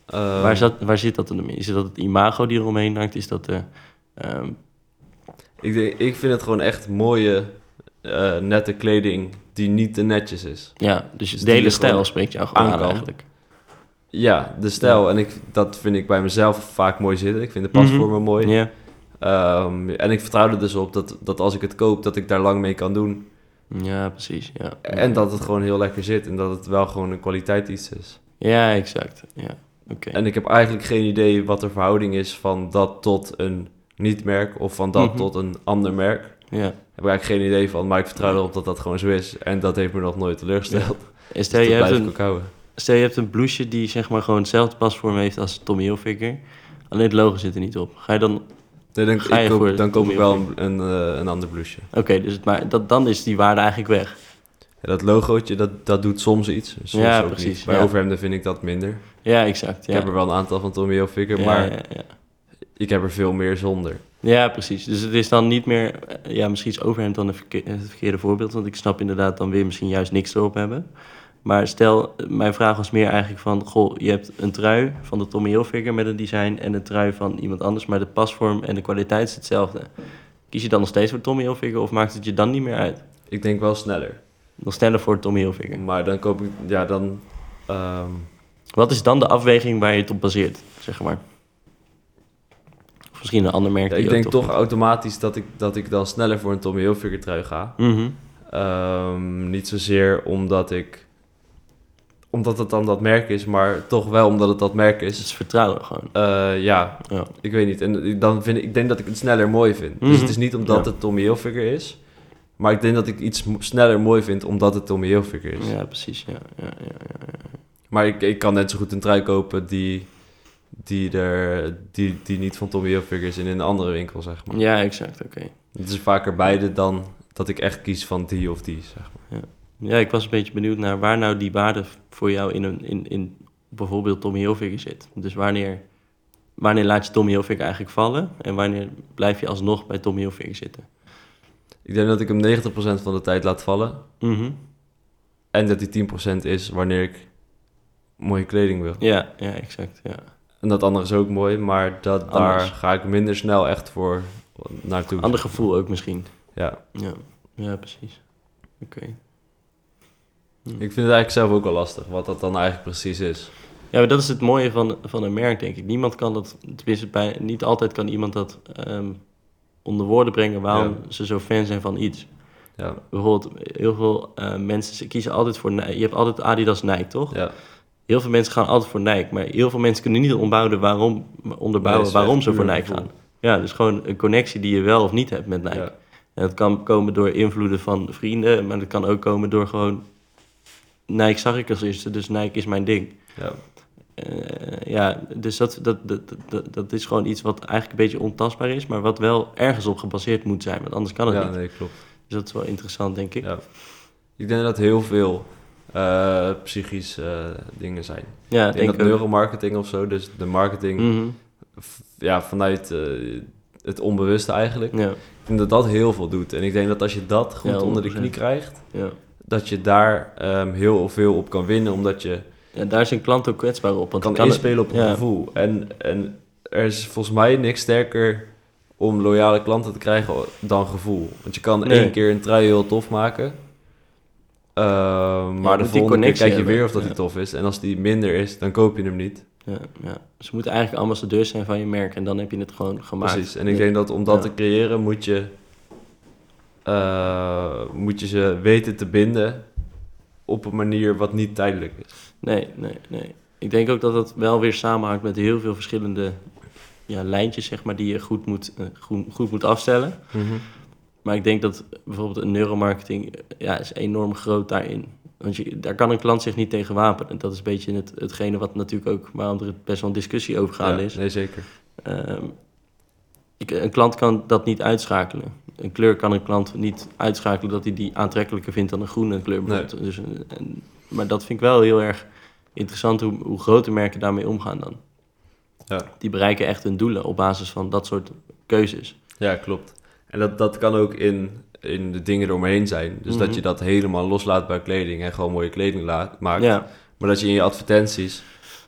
Um, waar, zat, waar zit dat in? Is dat het imago die eromheen hangt? Is dat de... Um... Ik, denk, ik vind het gewoon echt mooie, uh, nette kleding die niet te netjes is. Ja, dus, dus de hele stijl spreekt jou gewoon aan eigenlijk. Ja, de stijl. Ja. En ik, dat vind ik bij mezelf vaak mooi zitten. Ik vind de pasvormen mm-hmm. mooi. Yeah. Um, en ik vertrouw er dus op dat, dat als ik het koop, dat ik daar lang mee kan doen. Ja, precies. Ja. En dat het gewoon heel lekker zit. En dat het wel gewoon een kwaliteit iets is. Ja, exact. Ja. Okay. En ik heb eigenlijk geen idee wat de verhouding is van dat tot een niet-merk of van dat mm-hmm. tot een ander merk. Ja. Daar heb ik eigenlijk geen idee van, maar ik vertrouw erop dat dat gewoon zo is. En dat heeft me nog nooit teleurgesteld. Ja. Stel, dus je dat hebt blijf ik ook houden. Stel je hebt een blouseje die zeg maar gewoon hetzelfde pasvorm heeft als Tommy Hilfiger. Alleen het logo zit er niet op. Ga je dan... Nee, dan, Ga je ik koop, dan koop ik wel een, een, uh, een ander blouseje. Oké, okay, dus maar dat, dan is die waarde eigenlijk weg. Ja, dat logootje, dat, dat doet soms iets. Soms ja, ook precies. Niet. Bij ja. overhemden vind ik dat minder. Ja, exact. Ja. Ik heb er wel een aantal van Tommy Hilfiger, ja, maar ja, ja. ik heb er veel meer zonder. Ja, precies. Dus het is dan niet meer... Ja, misschien is overhemd dan het verkeerde voorbeeld. Want ik snap inderdaad dan weer misschien juist niks erop hebben. Maar stel, mijn vraag was meer eigenlijk van... Goh, je hebt een trui van de Tommy Hilfiger met een design... en een trui van iemand anders, maar de pasvorm en de kwaliteit is hetzelfde. Kies je dan nog steeds voor Tommy Hilfiger of maakt het je dan niet meer uit? Ik denk wel sneller. Nog sneller voor Tommy Hilfiger. Maar dan koop ik... Ja, dan... Um... Wat is dan de afweging waar je het op baseert, zeg maar? Of misschien een ander merk? Ja, ik denk toch vindt. automatisch dat ik, dat ik dan sneller voor een Tommy Hilfiger trui ga. Mm-hmm. Um, niet zozeer omdat ik... Omdat het dan dat merk is, maar toch wel omdat het dat merk is. Het is vertrouwen gewoon. Uh, ja, ja, ik weet niet. En dan vind ik, ik denk dat ik het sneller mooi vind. Mm-hmm. Dus het is niet omdat ja. het Tommy Hilfiger is... Maar ik denk dat ik iets sneller mooi vind omdat het Tommy Hilfiger is. Ja, precies. Ja, ja, ja, ja, ja. Maar ik, ik kan net zo goed een trui kopen die, die, er, die, die niet van Tommy Hilfiger is in een andere winkel, zeg maar. Ja, exact. Oké. Okay. Het is vaker beide dan dat ik echt kies van die of die, zeg maar. Ja, ja ik was een beetje benieuwd naar waar nou die waarde voor jou in, een, in, in bijvoorbeeld Tommy Hilfiger zit. Dus wanneer, wanneer laat je Tommy Hilfiger eigenlijk vallen en wanneer blijf je alsnog bij Tommy Hilfiger zitten? Ik denk dat ik hem negentig procent van de tijd laat vallen. Mm-hmm. En dat die tien procent is wanneer ik mooie kleding wil. Ja, ja, exact. Ja. En dat andere is ook mooi, maar dat, daar ga ik minder snel echt voor naartoe. Ander gevoel ook misschien. Ja. Ja, ja precies. Oké. Okay. Hm. Ik vind het eigenlijk zelf ook wel lastig, wat dat dan eigenlijk precies is. Ja, maar dat is het mooie van, van een merk, denk ik. Niemand kan dat, tenminste bij, niet altijd kan iemand dat... Um, onder woorden brengen waarom ja. ze zo fan zijn van iets. Ja. Bijvoorbeeld, heel veel uh, mensen kiezen altijd voor Nike. Je hebt altijd Adidas Nike, toch? Ja. Heel veel mensen gaan altijd voor Nike, maar heel veel mensen kunnen niet onderbouwen waarom, onderbouwen nee, waarom ze voor Nike gaan. Ja, dus gewoon een connectie die je wel of niet hebt met Nike. Ja. En dat kan komen door invloeden van vrienden, maar dat kan ook komen door gewoon... Nike zag ik als eerste, dus Nike is mijn ding. Ja. Uh, ja, dus dat, dat, dat, dat, dat is gewoon iets wat eigenlijk een beetje ontastbaar is, maar wat wel ergens op gebaseerd moet zijn, want anders kan het ja, niet. Ja, nee, klopt. Dus dat is wel interessant, denk ik. Ja. Ik denk dat heel veel uh, psychische uh, dingen zijn. Ja, ik denk, denk dat neuromarketing of zo, dus de marketing mm-hmm. f- ja, vanuit uh, het onbewuste eigenlijk. Ja. Ik denk dat dat heel veel doet. En ik denk dat als je dat goed ja, onder de knie krijgt, ja. dat je daar um, heel veel op kan winnen, omdat je... Ja, daar is een klant ook kwetsbaar op. Want kan, kan inspelen het, op een ja. gevoel. En, en er is volgens mij niks sterker om loyale klanten te krijgen dan gevoel. Want je kan nee. één keer een trui heel tof maken. Uh, maar ja, de volgende keer kijk je hebben. weer of dat ja. die tof is. En als die minder is, dan koop je hem niet. Ja, ja. Ze moeten eigenlijk ambassadeurs zijn van je merk. En dan heb je het gewoon gemaakt. Precies. En ik denk dat om dat ja. te creëren moet je, uh, moet je ze weten te binden op een manier wat niet tijdelijk is. Nee, nee, nee. Ik denk ook dat dat wel weer samenhangt met heel veel verschillende ja, lijntjes, zeg maar, die je goed moet, uh, goed, goed moet afstellen. Mm-hmm. Maar ik denk dat bijvoorbeeld een neuromarketing ja, is enorm groot daarin. Want je, daar kan een klant zich niet tegen wapenen. En dat is een beetje het, hetgene wat natuurlijk ook, waarom er best wel een discussie over gaande ja, is. Nee, zeker. Um, ik, een klant kan dat niet uitschakelen. Een kleur kan een klant niet uitschakelen dat hij die aantrekkelijker vindt dan een groene kleur. Nee. Dus, en, maar dat vind ik wel heel erg interessant hoe, hoe grote merken daarmee omgaan dan. Ja. Die bereiken echt hun doelen op basis van dat soort keuzes. Ja, klopt. En dat, dat kan ook in, in de dingen eromheen zijn. Dus Mm-hmm. dat je dat helemaal loslaat bij kleding en gewoon mooie kleding laat, maakt. Ja. Maar dat je in je advertenties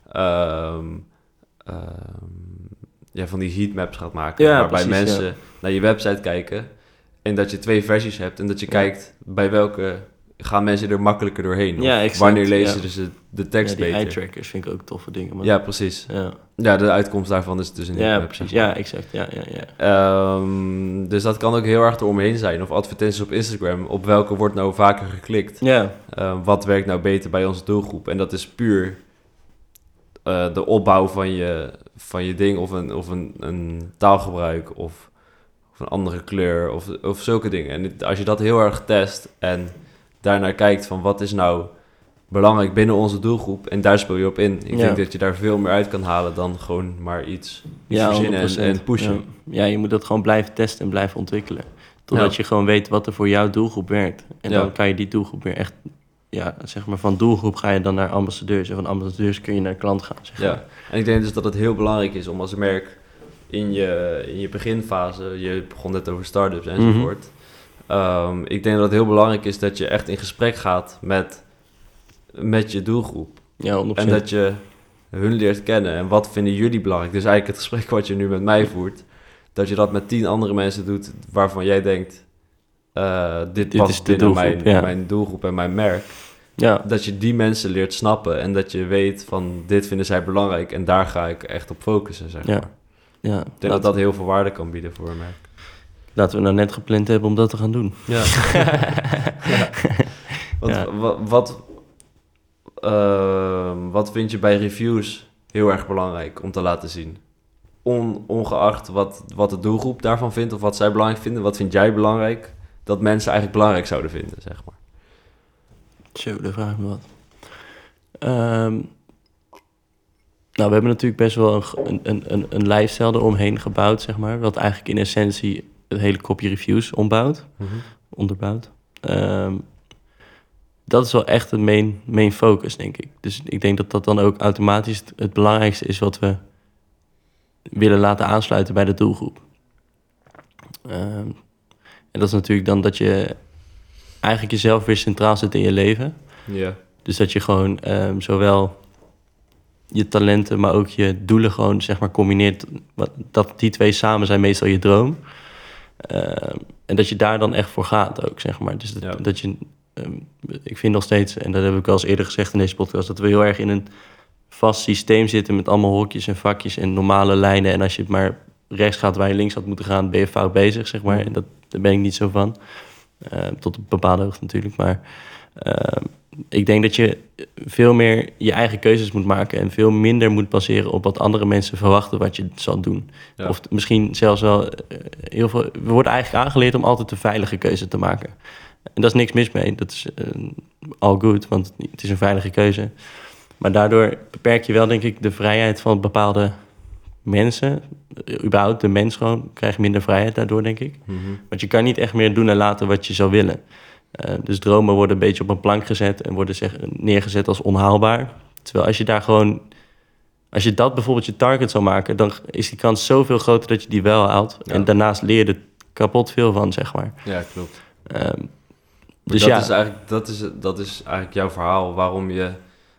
um, um, ja, van die heatmaps gaat maken. Ja, waarbij precies, mensen ja. naar je website kijken en dat je twee versies hebt en dat je ja. kijkt bij welke gaan mensen er makkelijker doorheen. Ja, exact, wanneer lezen ja. ze de, de tekst ja, die beter. eye trackers vind ik ook toffe dingen. Man. Ja, precies. Ja. ja, de uitkomst daarvan is dus een ja, heatmap. precies. Zeg maar. Ja, exact. Ja, ja, ja. Um, dus dat kan ook heel erg eromheen zijn. Of advertenties op Instagram. Op welke wordt nou vaker geklikt? Ja. Uh, wat werkt nou beter bij onze doelgroep? En dat is puur uh, de opbouw van je, van je ding. Of een, of een, een taalgebruik. Of, of een andere kleur. Of, of zulke dingen. En als je dat heel erg test. En daarnaar kijkt van wat is nou belangrijk binnen onze doelgroep. En daar speel je op in. Ik ja. denk dat je daar veel meer uit kan halen dan gewoon maar iets, iets ja, verzinnen en, en pushen. Ja. ja, je moet dat gewoon blijven testen en blijven ontwikkelen. Totdat ja. je gewoon weet wat er voor jouw doelgroep werkt. En ja. dan kan je die doelgroep weer echt... Ja, zeg maar van doelgroep ga je dan naar ambassadeurs. En van ambassadeurs kun je naar klant gaan. Zeg maar. Ja, en ik denk dus dat het heel belangrijk is om als merk in je, in je beginfase... Je begon net over start-ups enzovoort. Mm-hmm. Um, ik denk dat het heel belangrijk is dat je echt in gesprek gaat met... met je doelgroep. Ja, honderd procent. En dat je hun leert kennen. En wat vinden jullie belangrijk? Dus eigenlijk het gesprek wat je nu met mij voert... dat je dat met tien andere mensen doet... waarvan jij denkt... Uh, dit, dit past binnen mijn, ja. mijn doelgroep en mijn merk. Ja. Dat je die mensen leert snappen... en dat je weet van... dit vinden zij belangrijk... en daar ga ik echt op focussen, zeg maar. Ja. Ja, ik denk dat dat heel veel waarde kan bieden voor een merk. Laten we nou net gepland hebben om dat te gaan doen. Ja. ja. Want, ja. wat... wat Uh, wat vind je bij reviews heel erg belangrijk om te laten zien? On, ongeacht wat, wat de doelgroep daarvan vindt of wat zij belangrijk vinden, wat vind jij belangrijk dat mensen eigenlijk belangrijk zouden vinden, zeg maar? Zo, daar vraag ik me wat. Um, nou, we hebben natuurlijk best wel een, een, een, een lifestyle eromheen gebouwd, zeg maar, wat eigenlijk in essentie het hele kopje reviews ombouwt, mm-hmm. onderbouwt. Um, Dat is wel echt het main, main focus, denk ik. Dus ik denk dat dat dan ook automatisch het, het belangrijkste is... wat we willen laten aansluiten bij de doelgroep. Um, en dat is natuurlijk dan dat je eigenlijk jezelf weer centraal zet in je leven. Ja. Dus dat je gewoon um, zowel je talenten, maar ook je doelen gewoon, zeg maar, combineert. Dat die twee samen zijn meestal je droom. Um, en dat je daar dan echt voor gaat ook, zeg maar. Dus dat, ja. dat je... Um, ik vind nog steeds, en dat heb ik al eens eerder gezegd in deze podcast... dat we heel erg in een vast systeem zitten... met allemaal hokjes en vakjes en normale lijnen. En als je maar rechts gaat waar je links had moeten gaan... ben je fout bezig, zeg maar. En dat, daar ben ik niet zo van. Uh, tot op een bepaalde hoogte natuurlijk. Maar uh, ik denk dat je veel meer je eigen keuzes moet maken... en veel minder moet baseren op wat andere mensen verwachten... wat je zal doen. Ja. Of misschien zelfs wel uh, heel veel... We worden eigenlijk aangeleerd om altijd een veilige keuze te maken... En daar is niks mis mee. Dat is uh, all good, want het is een veilige keuze. Maar daardoor beperk je wel, denk ik, de vrijheid van bepaalde mensen. Uh, überhaupt, de mens gewoon krijgt minder vrijheid daardoor, denk ik. Mm-hmm. Want je kan niet echt meer doen en laten wat je zou willen. Uh, dus dromen worden een beetje op een plank gezet... en worden zeg, neergezet als onhaalbaar. Terwijl als je daar gewoon... Als je dat bijvoorbeeld je target zou maken... dan is die kans zoveel groter dat je die wel haalt. Ja. En daarnaast leer je er kapot veel van, zeg maar. Ja, klopt. Um, Dus dat, ja. is eigenlijk, dat, is, dat is eigenlijk jouw verhaal... waarom je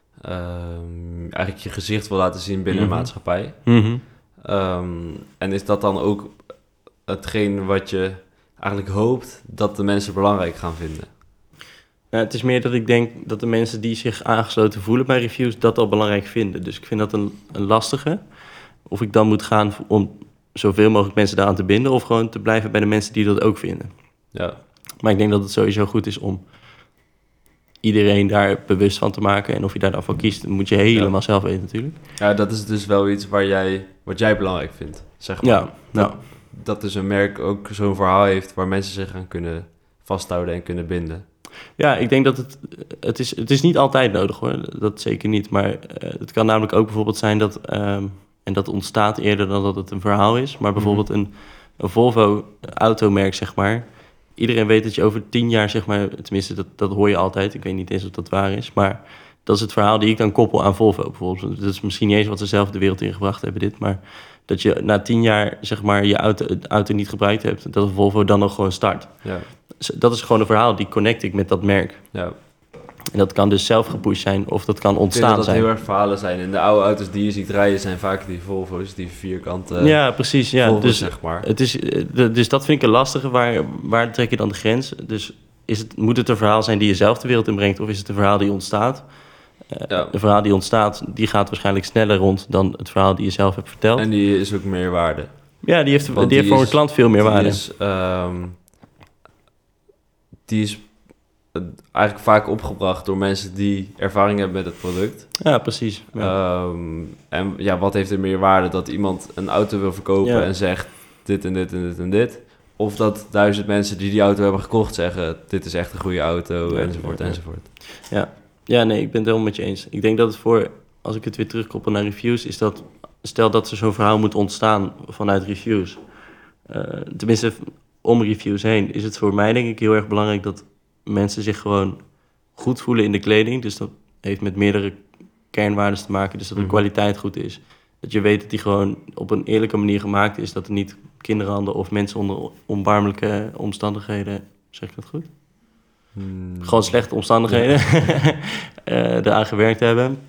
um, eigenlijk je gezicht wil laten zien binnen mm-hmm. de maatschappij. Mm-hmm. Um, en is dat dan ook hetgeen wat je eigenlijk hoopt... dat de mensen belangrijk gaan vinden? Nou, het is meer dat ik denk dat de mensen die zich aangesloten voelen bij reviews... dat al belangrijk vinden. Dus ik vind dat een, een lastige. Of ik dan moet gaan om zoveel mogelijk mensen daaraan te binden... of gewoon te blijven bij de mensen die dat ook vinden. Ja. Maar ik denk dat het sowieso goed is om iedereen daar bewust van te maken. En of je daar dan voor kiest, moet je helemaal ja. zelf weten natuurlijk. Ja, dat is dus wel iets waar jij, wat jij belangrijk vindt, zeg maar. Ja, dat, ja. dat dus een merk ook zo'n verhaal heeft waar mensen zich aan kunnen vasthouden en kunnen binden. Ja, ik denk dat het... Het is, het is niet altijd nodig hoor, dat zeker niet. Maar uh, het kan namelijk ook bijvoorbeeld zijn dat... Um, en dat ontstaat eerder dan dat het een verhaal is. Maar bijvoorbeeld mm-hmm. een, een Volvo-automerk, zeg maar... Iedereen weet dat je over tien jaar, zeg maar... Tenminste, dat, dat hoor je altijd. Ik weet niet eens of dat waar is. Maar dat is het verhaal die ik dan koppel aan Volvo bijvoorbeeld. Dat is misschien niet eens wat ze zelf de wereld ingebracht hebben, dit. Maar dat je na tien jaar, zeg maar, je auto, auto niet gebruikt hebt... dat Volvo dan nog gewoon start. Ja. Dat is gewoon een verhaal, die connect ik met dat merk. Ja. En dat kan dus zelf gepusht zijn of dat kan ontstaan zijn. Ik denk dat dat heel erg verhalen zijn. En de oude auto's die je ziet rijden zijn vaak die Volvo's, die vierkante Ja, precies. Ja. Volvo's, dus, zeg maar. Het is, dus dat vind ik een lastige. Waar, waar trek je dan de grens? Dus is het, moet het een verhaal zijn die je zelf de wereld inbrengt of is het een verhaal die ontstaat? Uh, ja. Een verhaal die ontstaat, die gaat waarschijnlijk sneller rond dan het verhaal die je zelf hebt verteld. En die is ook meer waarde. Ja, die heeft, die die heeft voor is, een klant veel meer die waarde. Is, um, die is eigenlijk vaak opgebracht door mensen die ervaring hebben met het product. Ja, precies. Ja. Um, en ja, wat heeft er meer waarde? Dat iemand een auto wil verkopen ja. en zegt dit en dit en dit en dit. Of dat duizend mensen die die auto hebben gekocht zeggen, dit is echt een goede auto, ja, enzovoort, ja, ja. enzovoort. Ja. ja, nee, ik ben het helemaal met je eens. Ik denk dat het voor, als ik het weer terugkoppel naar reviews, is dat, stel dat er zo'n verhaal moet ontstaan vanuit reviews. Uh, tenminste, om reviews heen, is het voor mij denk ik heel erg belangrijk dat mensen zich gewoon goed voelen in de kleding. Dus dat heeft met meerdere kernwaarden te maken. Dus dat de mm. kwaliteit goed is. Dat je weet dat die gewoon op een eerlijke manier gemaakt is. Dat er niet kinderhanden of mensen onder onbarmelijke omstandigheden... Zeg ik dat goed? Mm. Gewoon slechte omstandigheden ja. uh, eraan gewerkt hebben.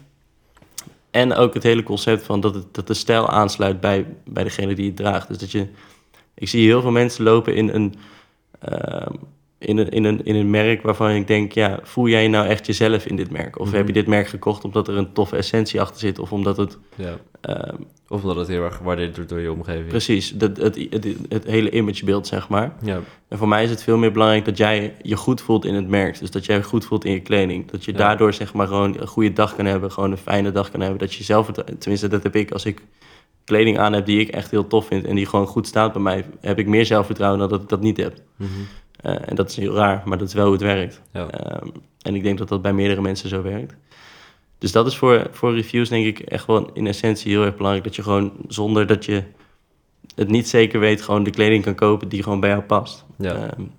En ook het hele concept van dat, het, dat de stijl aansluit bij, bij degene die het draagt. Dus dat je... Ik zie heel veel mensen lopen in een... Uh, In een, in, een, in een merk waarvan ik denk, ja, voel jij nou echt jezelf in dit merk? Of mm-hmm. heb je dit merk gekocht omdat er een toffe essentie achter zit? Of omdat het... Ja. Um, of omdat het heel erg gewaardeerd wordt door je omgeving. Precies, dat, het, het, het, het hele imagebeeld, zeg maar. Ja. En voor mij is het veel meer belangrijk dat jij je goed voelt in het merk. Dus dat jij je goed voelt in je kleding. Dat je ja. daardoor, zeg maar, gewoon een goede dag kan hebben. Gewoon een fijne dag kan hebben. Dat je zelf, tenminste, dat heb ik als ik kleding aan heb die ik echt heel tof vind en die gewoon goed staat bij mij, heb ik meer zelfvertrouwen dan dat ik dat niet heb. Mm-hmm. Uh, en dat is heel raar, maar dat is wel hoe het werkt. Ja. Um, en ik denk dat dat bij meerdere mensen zo werkt. Dus dat is voor, voor reviews denk ik echt wel in essentie heel erg belangrijk. Dat je gewoon zonder dat je het niet zeker weet, gewoon de kleding kan kopen die gewoon bij jou past. Ja, um,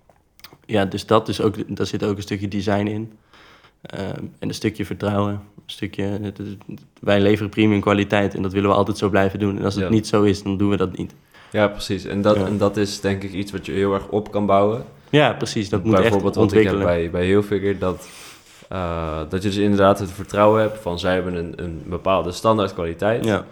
ja dus dat is ook, daar zit ook een stukje design in. Um, en een stukje vertrouwen. Een stukje, het, het, wij leveren premium kwaliteit en dat willen we altijd zo blijven doen. En als het ja. niet zo is, dan doen we dat niet. Ja, precies. En dat, ja. en dat is denk ik iets wat je heel erg op kan bouwen. Ja, precies. Dat moet echt ontwikkelen. Bijvoorbeeld wat ik heb bij, bij Hilfiger, dat, uh, dat je dus inderdaad het vertrouwen hebt van zij hebben een, een bepaalde standaard kwaliteit. Ja.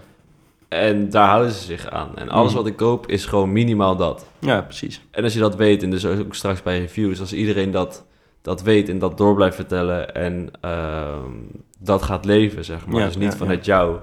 En daar houden ze zich aan. En alles mm. wat ik koop is gewoon minimaal dat. Ja, precies. En als je dat weet, en dus ook straks bij reviews, als iedereen dat, dat weet en dat door blijft vertellen en uh, dat gaat leven, zeg maar. Ja, dus niet ja, vanuit ja. jou,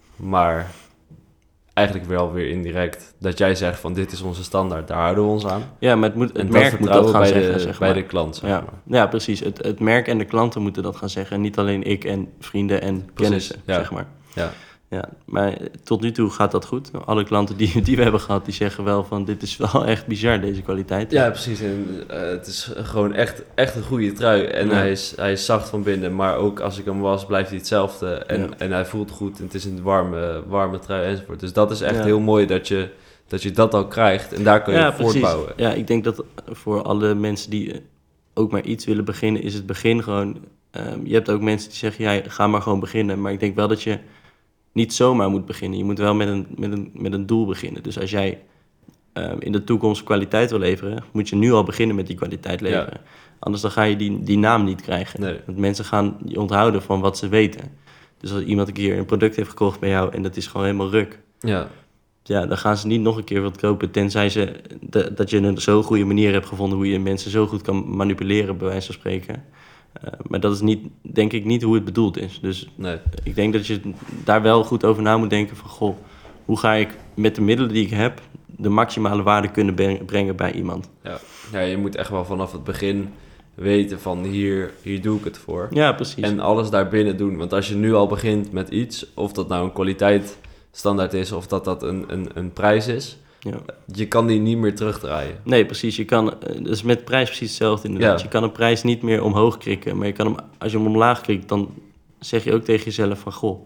maar eigenlijk wel weer indirect. Dat jij zegt van dit is onze standaard, daar houden we ons aan. Ja, maar het, moet, het merk moet dat gaan bij zeggen, de, zeg maar. Bij de klant, zeg ja. maar. Ja, precies. Het, het merk en de klanten moeten dat gaan zeggen. En niet alleen ik en vrienden en kennissen, ja. zeg maar. Ja. Ja, maar tot nu toe gaat dat goed. Alle klanten die, die we hebben gehad, die zeggen wel van dit is wel echt bizar, deze kwaliteit. Ja, precies. En, uh, het is gewoon echt, echt een goede trui. En ja. hij, is, hij is zacht van binnen, maar ook als ik hem was, blijft hij hetzelfde. En, ja. en hij voelt goed en het is een warme, warme trui enzovoort. Dus dat is echt ja. heel mooi dat je, dat je dat al krijgt en daar kun je ja, voortbouwen. Ja, ik denk dat voor alle mensen die ook maar iets willen beginnen, is het begin gewoon... Um, je hebt ook mensen die zeggen, ja, ga maar gewoon beginnen. Maar ik denk wel dat je niet zomaar moet beginnen. Je moet wel met een, met een, met een doel beginnen. Dus als jij um, in de toekomst kwaliteit wil leveren, moet je nu al beginnen met die kwaliteit leveren. Ja. Anders dan ga je die, die naam niet krijgen. Nee. Want mensen gaan je onthouden van wat ze weten. Dus als iemand een keer een product heeft gekocht bij jou en dat is gewoon helemaal ruk. Ja. Ja, dan gaan ze niet nog een keer wat kopen, tenzij ze de, dat je een zo goede manier hebt gevonden hoe je mensen zo goed kan manipuleren, bij wijze van spreken. Uh, maar dat is niet, denk ik niet hoe het bedoeld is. Dus nee. ik denk dat je daar wel goed over na moet denken van, goh, hoe ga ik met de middelen die ik heb de maximale waarde kunnen brengen bij iemand. Ja, ja, je moet echt wel vanaf het begin weten van hier, hier doe ik het voor. Ja, precies. En alles daarbinnen doen. Want als je nu al begint met iets, of dat nou een kwaliteit standaard is of dat dat een, een, een prijs is, ja. je kan die niet meer terugdraaien. Nee, precies. Je kan, dus met prijs precies hetzelfde inderdaad. Ja. Je kan een prijs niet meer omhoog krikken, maar je kan hem, als je hem omlaag krikt, dan zeg je ook tegen jezelf van, goh,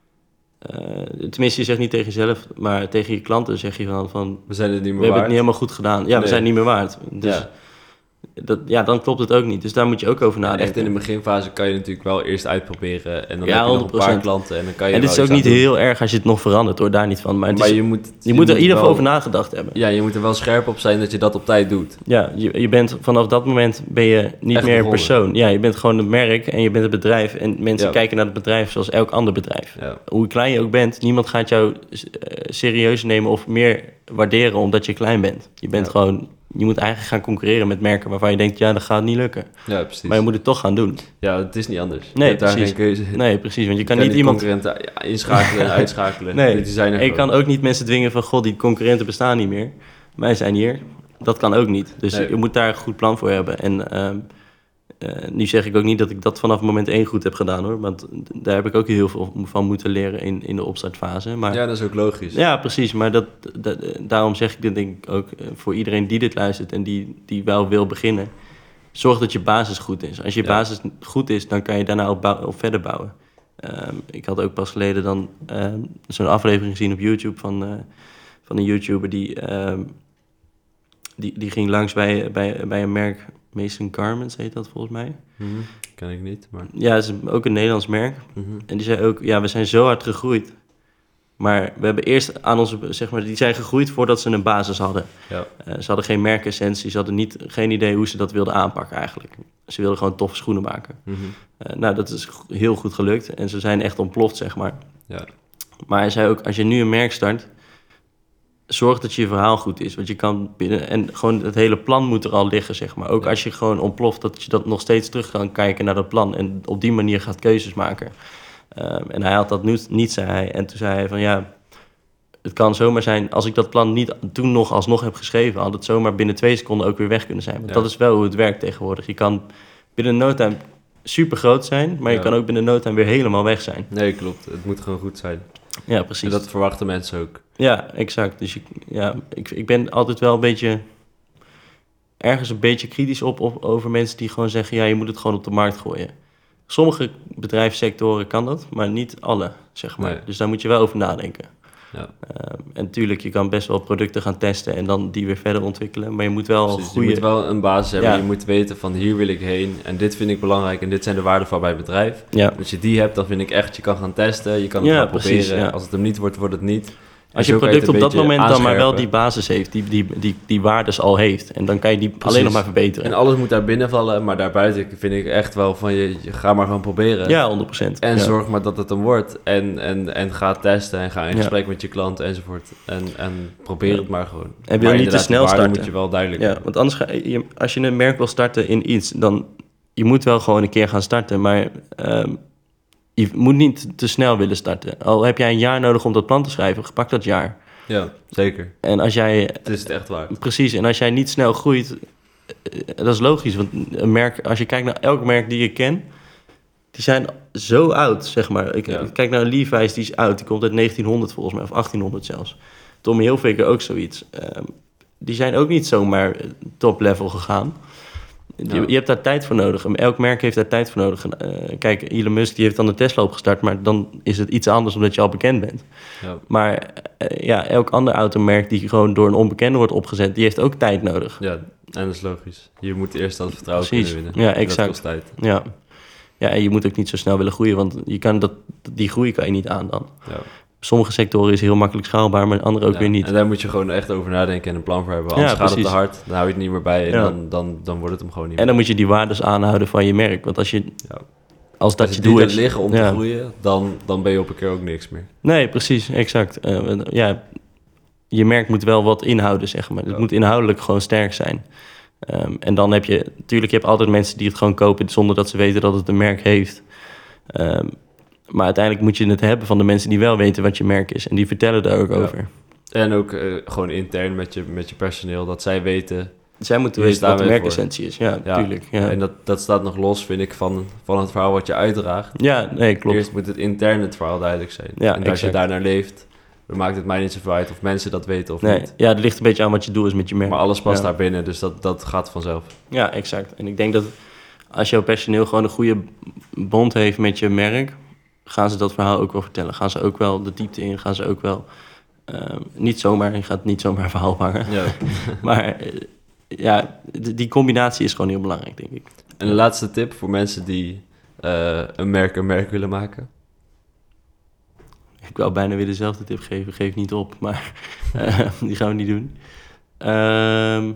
uh, tenminste je zegt niet tegen jezelf, maar tegen je klanten zeg je van, van we zijn het niet meer we waard. hebben het niet helemaal goed gedaan. Ja, we nee. zijn niet meer waard. Dus ja. Dat, ja, dan klopt het ook niet. Dus daar moet je ook over nadenken. Echt in de beginfase kan je natuurlijk wel eerst uitproberen. En dan ja, heb je nog een paar klanten. En dan kan je en dit is ook niet heel erg als je het nog verandert, hoor. Daar niet van. Maar, het maar is, je moet, je, je moet er in ieder geval wel, over nagedacht hebben. Ja, je moet er wel scherp op zijn dat je dat op tijd doet. Ja, je, je bent vanaf dat moment ben je niet echt meer een begonnen. persoon. Ja, je bent gewoon een merk en je bent het bedrijf. En mensen ja. kijken naar het bedrijf zoals elk ander bedrijf. Ja. Hoe klein je ook bent, niemand gaat jou uh, serieus nemen of meer waarderen omdat je klein bent. Je bent ja. gewoon... Je moet eigenlijk gaan concurreren met merken waarvan je denkt, ja, dat gaat niet lukken. Ja, precies. Maar je moet het toch gaan doen. Ja, het is niet anders. Nee, je hebt precies. daar geen keuze in. Nee, precies. Want je, je kan kan niet niet iemand... concurrenten inschakelen en uitschakelen. Nee, die zijn er en je kan ook niet mensen dwingen van, god, die concurrenten bestaan niet meer. Wij zijn hier. Dat kan ook niet. Dus nee. je moet daar een goed plan voor hebben. En uh, uh, nu zeg ik ook niet dat ik dat vanaf moment één goed heb gedaan, hoor. Want daar heb ik ook heel veel van moeten leren in, in de opstartfase. Maar, ja, dat is ook logisch. Ja, precies. Maar dat, dat, daarom zeg ik dit denk ik ook voor iedereen die dit luistert en die, die wel wil beginnen. Zorg dat je basis goed is. Als je ja. basis goed is, dan kan je daarna op, bouw, op verder bouwen. Um, ik had ook pas geleden dan um, zo'n aflevering gezien op YouTube van, uh, van een YouTuber die, um, die, die ging langs bij, bij, bij een merk, Mason Garments heet dat volgens mij. Mm-hmm. Ken ik niet, maar... Ja, het is ook een Nederlands merk. Mm-hmm. En die zei ook, ja, we zijn zo hard gegroeid. Maar we hebben eerst aan onze, zeg maar, die zijn gegroeid voordat ze een basis hadden. Ja. Uh, ze hadden geen merkessentie, ze hadden niet, geen idee hoe ze dat wilden aanpakken eigenlijk. Ze wilden gewoon toffe schoenen maken. Mm-hmm. Uh, nou, dat is heel goed gelukt en ze zijn echt ontploft, zeg maar. Ja. Maar hij zei ook, als je nu een merk start, zorg dat je verhaal goed is. Want je kan binnen, en gewoon het hele plan moet er al liggen, zeg maar. Ook ja. als je gewoon ontploft, dat je dat nog steeds terug kan kijken naar dat plan en op die manier gaat keuzes maken. Um, en hij had dat nu, niet, zei hij. En toen zei hij van ja, het kan zomaar zijn, als ik dat plan niet toen nog alsnog heb geschreven, had het zomaar binnen twee seconden ook weer weg kunnen zijn. Want ja. dat is wel hoe het werkt tegenwoordig. Je kan binnen no time super groot zijn, maar je ja. kan ook binnen no time weer helemaal weg zijn. Nee, klopt. Het moet gewoon goed zijn. Ja, precies. En dat verwachten mensen ook. Ja, exact. Dus je, ja, ik, ik ben altijd wel een beetje, ergens een beetje kritisch op, op over mensen die gewoon zeggen, ja, je moet het gewoon op de markt gooien. Sommige bedrijfssectoren kan dat, maar niet alle, zeg maar. Nee. Dus daar moet je wel over nadenken. Ja. Uh, en natuurlijk, je kan best wel producten gaan testen en dan die weer verder ontwikkelen. Maar je moet wel Precies, goede... Je moet wel een basis hebben. Ja. Je moet weten van hier wil ik heen en dit vind ik belangrijk en dit zijn de waarden van mijn bedrijf. Ja. Als je die hebt, dan vind ik echt, je kan gaan testen, je kan het ja, gaan precies, proberen. Ja. Als het hem niet wordt, wordt het niet. Als je product op dat moment dan maar wel die basis heeft, die, die, die, die waardes al heeft. En dan kan je die Precies. alleen nog maar verbeteren. En alles moet daar binnen vallen, maar daarbuiten vind ik echt wel van je, je ga maar gewoon proberen. Ja, honderd procent. En ja. zorg maar dat het hem wordt. En, en, en ga testen en ga in gesprek ja. met je klant enzovoort. En, en probeer ja. het maar gewoon. En wil maar niet te snel starten. moet je wel duidelijk Ja, hebben. want anders ga je, als je een merk wil starten in iets, dan je moet wel gewoon een keer gaan starten, maar um, je moet niet te snel willen starten. Al heb jij een jaar nodig om dat plan te schrijven, pak dat jaar. Ja, zeker. En als jij... Het is het echt waard. Precies, en als jij niet snel groeit, dat is logisch. Want een merk, als je kijkt naar elk merk die je kent, die zijn zo oud, zeg maar. Ik ja. kijk naar Levi's, die is oud. Die komt uit negentienhonderd volgens mij, of achttienhonderd zelfs. Tommy Hilfiger ook zoiets. Um, die zijn ook niet zomaar top level gegaan. Ja. Je, je hebt daar tijd voor nodig. Elk merk heeft daar tijd voor nodig. Uh, kijk, Elon Musk die heeft dan de Tesla opgestart, maar dan is het iets anders omdat je al bekend bent. Ja. Maar uh, ja, elk ander automerk die gewoon door een onbekende wordt opgezet, die heeft ook tijd nodig. Ja, en dat is logisch. Je moet eerst dat vertrouwen Precies. kunnen winnen. Ja, exact. Dat kost tijd. Ja. Ja, en je moet ook niet zo snel willen groeien, want je kan dat, die groei kan je niet aan dan. Ja. Sommige sectoren is heel makkelijk schaalbaar, maar andere ook ja, weer niet. En daar moet je gewoon echt over nadenken en een plan voor hebben. Anders ja, gaat het te hard, dan hou je het niet meer bij en ja. dan, dan, dan wordt het hem gewoon niet meer. En dan moet je die waardes aanhouden van je merk. Want als je, ja. als dat als je doel doel is, liggen om ja. te groeien, dan, dan ben je op een keer ook niks meer. Nee, precies, exact. Uh, ja, je merk moet wel wat inhouden, zeg maar. Het ja. moet inhoudelijk gewoon sterk zijn. Um, en dan heb je, natuurlijk, je hebt altijd mensen die het gewoon kopen zonder dat ze weten dat het een merk heeft. Um, Maar uiteindelijk moet je het hebben van de mensen die wel weten wat je merk is. En die vertellen daar ook ja. over. En ook uh, gewoon intern met je, met je personeel, dat zij weten... Zij moeten weten wat de merkessentie is, ja, natuurlijk. Ja. Ja. En dat, dat staat nog los, vind ik, van, van het verhaal wat je uitdraagt. Ja, nee, klopt. Eerst moet het intern het verhaal duidelijk zijn. Ja, en als je daarnaar leeft, dan maakt het mij niet zoveel uit of mensen dat weten of nee. niet. Ja, het ligt een beetje aan wat je doel is met je merk. Maar alles past ja. daar binnen, dus dat, dat gaat vanzelf. Ja, exact. En ik denk dat als jouw personeel gewoon een goede bond heeft met je merk, gaan ze dat verhaal ook wel vertellen. Gaan ze ook wel de diepte in, gaan ze ook wel... Uh, niet zomaar, je gaat niet zomaar een verhaal vangen. Ja. maar uh, ja, d- die combinatie is gewoon heel belangrijk, denk ik. En de laatste tip voor mensen die uh, een merk een merk willen maken? Ik wou bijna weer dezelfde tip geven, geef niet op, maar uh, die gaan we niet doen. Um,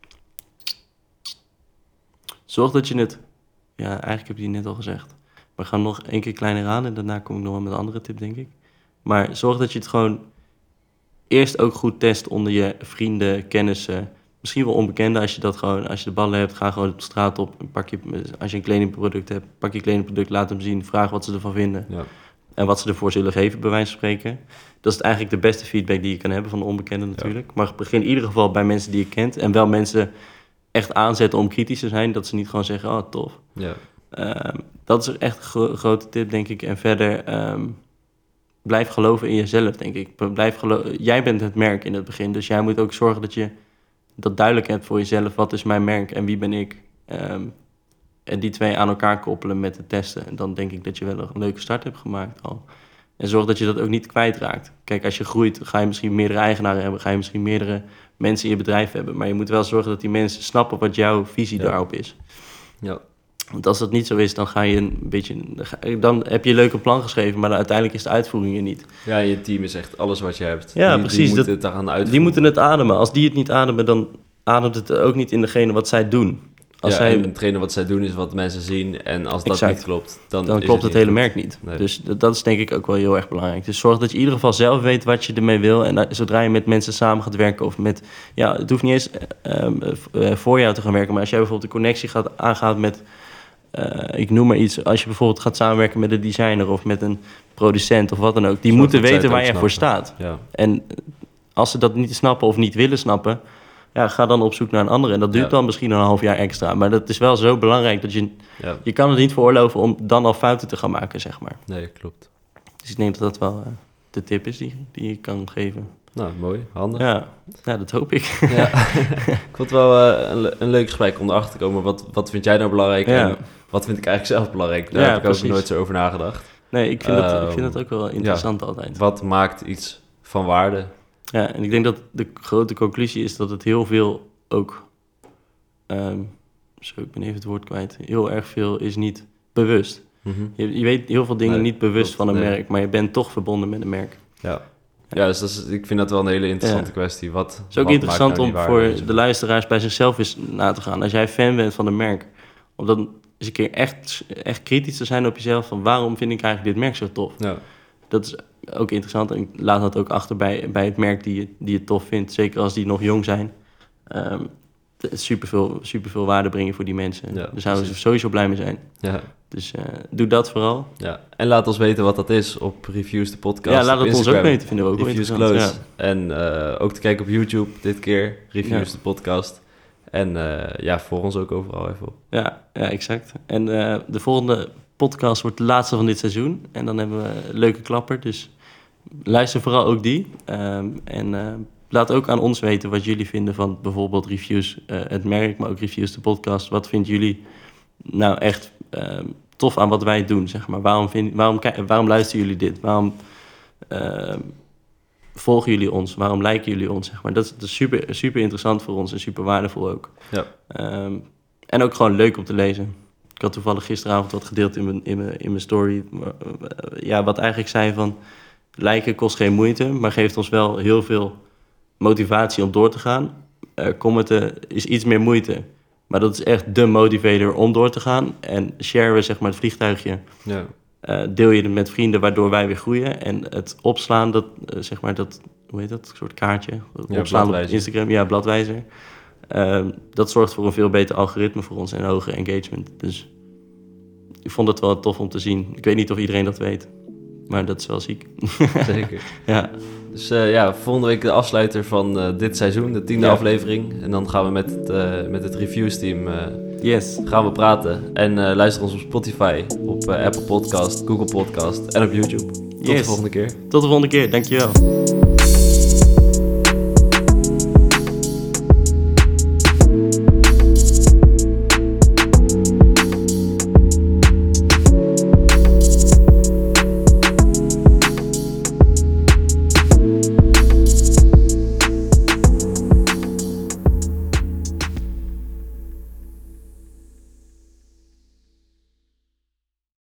zorg dat je het... Ja, eigenlijk heb ik die net al gezegd. We gaan nog één keer kleiner aan en daarna kom ik nog wel met een andere tip, denk ik. Maar zorg dat je het gewoon eerst ook goed test onder je vrienden, kennissen. Misschien wel onbekenden als je dat gewoon, als je de ballen hebt, ga gewoon op de straat op. En pak je, als je een kledingproduct hebt, pak je kledingproduct, laat hem zien, vraag wat ze ervan vinden. Ja. En wat ze ervoor zullen geven, bij wijze van spreken. Dat is eigenlijk de beste feedback die je kan hebben van de onbekenden natuurlijk. Ja. Maar begin in ieder geval bij mensen die je kent. En wel mensen echt aanzetten om kritisch te zijn. Dat ze niet gewoon zeggen, oh tof. Ja. Um, dat is echt een gro- grote tip, denk ik. En verder, um, blijf geloven in jezelf, denk ik. Blijf gelo- jij bent het merk in het begin. Dus jij moet ook zorgen dat je dat duidelijk hebt voor jezelf. Wat is mijn merk en wie ben ik? Um, en die twee aan elkaar koppelen met het testen. En dan denk ik dat je wel een leuke start hebt gemaakt al. En zorg dat je dat ook niet kwijtraakt. Kijk, als je groeit, ga je misschien meerdere eigenaren hebben. Ga je misschien meerdere mensen in je bedrijf hebben. Maar je moet wel zorgen dat die mensen snappen wat jouw visie ja. daarop is. Ja. Want als dat niet zo is, dan ga je een beetje... Dan heb je een leuke plan geschreven, maar dan uiteindelijk is de uitvoering er niet. Ja, je team is echt alles wat je hebt. Ja, die, precies. Die moeten dat, het gaan uitvoeren. Die moeten het ademen. Als die het niet ademen, dan ademt het ook niet in degene wat zij doen. Als ja, zij... en hetgene wat zij doen is wat mensen zien. En als dat exact. niet klopt, dan, dan is klopt het, het hele goed. merk niet. Nee. Dus dat, dat is denk ik ook wel heel erg belangrijk. Dus zorg dat je in ieder geval zelf weet wat je ermee wil. En dat, zodra je met mensen samen gaat werken of met... Ja, het hoeft niet eens um, uh, voor jou te gaan werken. Maar als jij bijvoorbeeld een connectie gaat, aangaat met... Uh, ik noem maar iets. Als je bijvoorbeeld gaat samenwerken met een designer of met een producent of wat dan ook. Die zorg moeten weten waar jij voor staat. Ja. En als ze dat niet snappen of niet willen snappen... Ja, ga dan op zoek naar een andere. En dat duurt ja. dan misschien een half jaar extra. Maar dat is wel zo belangrijk dat je... Ja. Je kan het niet veroorloven om dan al fouten te gaan maken, zeg maar. Nee, klopt. Dus ik denk dat dat wel uh, de tip is die, die je kan geven. Nou, mooi. Handig. Ja, ja dat hoop ik. Ja. Ik vond het wel uh, een, een leuk gesprek om erachter te komen. Wat, wat vind jij nou belangrijk? Ja. En wat vind ik eigenlijk zelf belangrijk? Daar ja, heb ik precies. ook nooit zo over nagedacht. Nee, ik vind, uh, dat, ik vind dat ook wel interessant ja. altijd. Wat maakt iets van waarde? Ja, en ik denk dat de grote conclusie is dat het heel veel ook... Um, zo, ik ben even het woord kwijt. Heel erg veel is niet bewust. Mm-hmm. Je, je weet heel veel dingen nee, niet bewust klopt, van een nee. merk, maar je bent toch verbonden met een merk. Ja, ja dus dat is, ik vind dat wel een hele interessante ja. kwestie. Wat, het is ook wat interessant nou om voor de, de luisteraars bij zichzelf eens na te gaan. Als jij fan bent van een merk, om dan eens een keer echt, echt kritisch te zijn op jezelf van waarom vind ik eigenlijk dit merk zo tof? Ja. Dat is ook interessant en laat dat ook achter bij, bij het merk die je, die je tof vindt. Zeker als die nog jong zijn. Um, superveel, superveel waarde brengen voor die mensen. Ja, Daar zouden ze sowieso blij mee zijn. Ja. Dus uh, doe dat vooral. Ja. En laat ons weten wat dat is op Reviews de podcast. Ja, laat het ons ook weten. Vinden we ook Reviews wel interessant. Ja. En uh, ook te kijken op YouTube dit keer. Reviews ja. de podcast. En uh, ja, volg ons ook overal even op. Ja, ja exact. En uh, de volgende podcast wordt de laatste van dit seizoen. En dan hebben we een leuke klapper. Dus luister vooral ook die. Um, en uh, laat ook aan ons weten wat jullie vinden van bijvoorbeeld Reviews, uh, het merk, maar ook Reviews de podcast. Wat vinden jullie nou echt um, tof aan wat wij doen, zeg maar? Waarom, vind, waarom, waarom luisteren jullie dit? Waarom uh, volgen jullie ons? Waarom liken jullie ons, zeg maar? Dat is, dat is super, super interessant voor ons en super waardevol ook. Ja. Um, en ook gewoon leuk om te lezen. Ik had toevallig gisteravond wat gedeeld in mijn, in mijn, in mijn story. Ja, wat eigenlijk zei van... Liken kost geen moeite, maar geeft ons wel heel veel motivatie om door te gaan. Uh, commenten is iets meer moeite. Maar dat is echt de motivator om door te gaan. En sharen we zeg maar het vliegtuigje. Ja. Uh, deel je het met vrienden, waardoor wij weer groeien. En het opslaan, dat uh, zeg maar dat... Hoe heet dat? Een soort kaartje. Ja, opslaan op Instagram. Ja, bladwijzer. Uh, dat zorgt voor een veel beter algoritme voor ons en een hoger engagement. Dus ik vond het wel tof om te zien. Ik weet niet of iedereen dat weet. Maar dat is wel ziek. Zeker. Ja. Dus uh, ja, volgende week de afsluiter van uh, dit seizoen, de tiende ja. aflevering. En dan gaan we met het, uh, met het reviews team uh, yes. gaan we praten. En uh, luister ons op Spotify, op uh, Apple Podcast, Google Podcast en op YouTube. Tot yes. de volgende keer. Tot de volgende keer, dankjewel.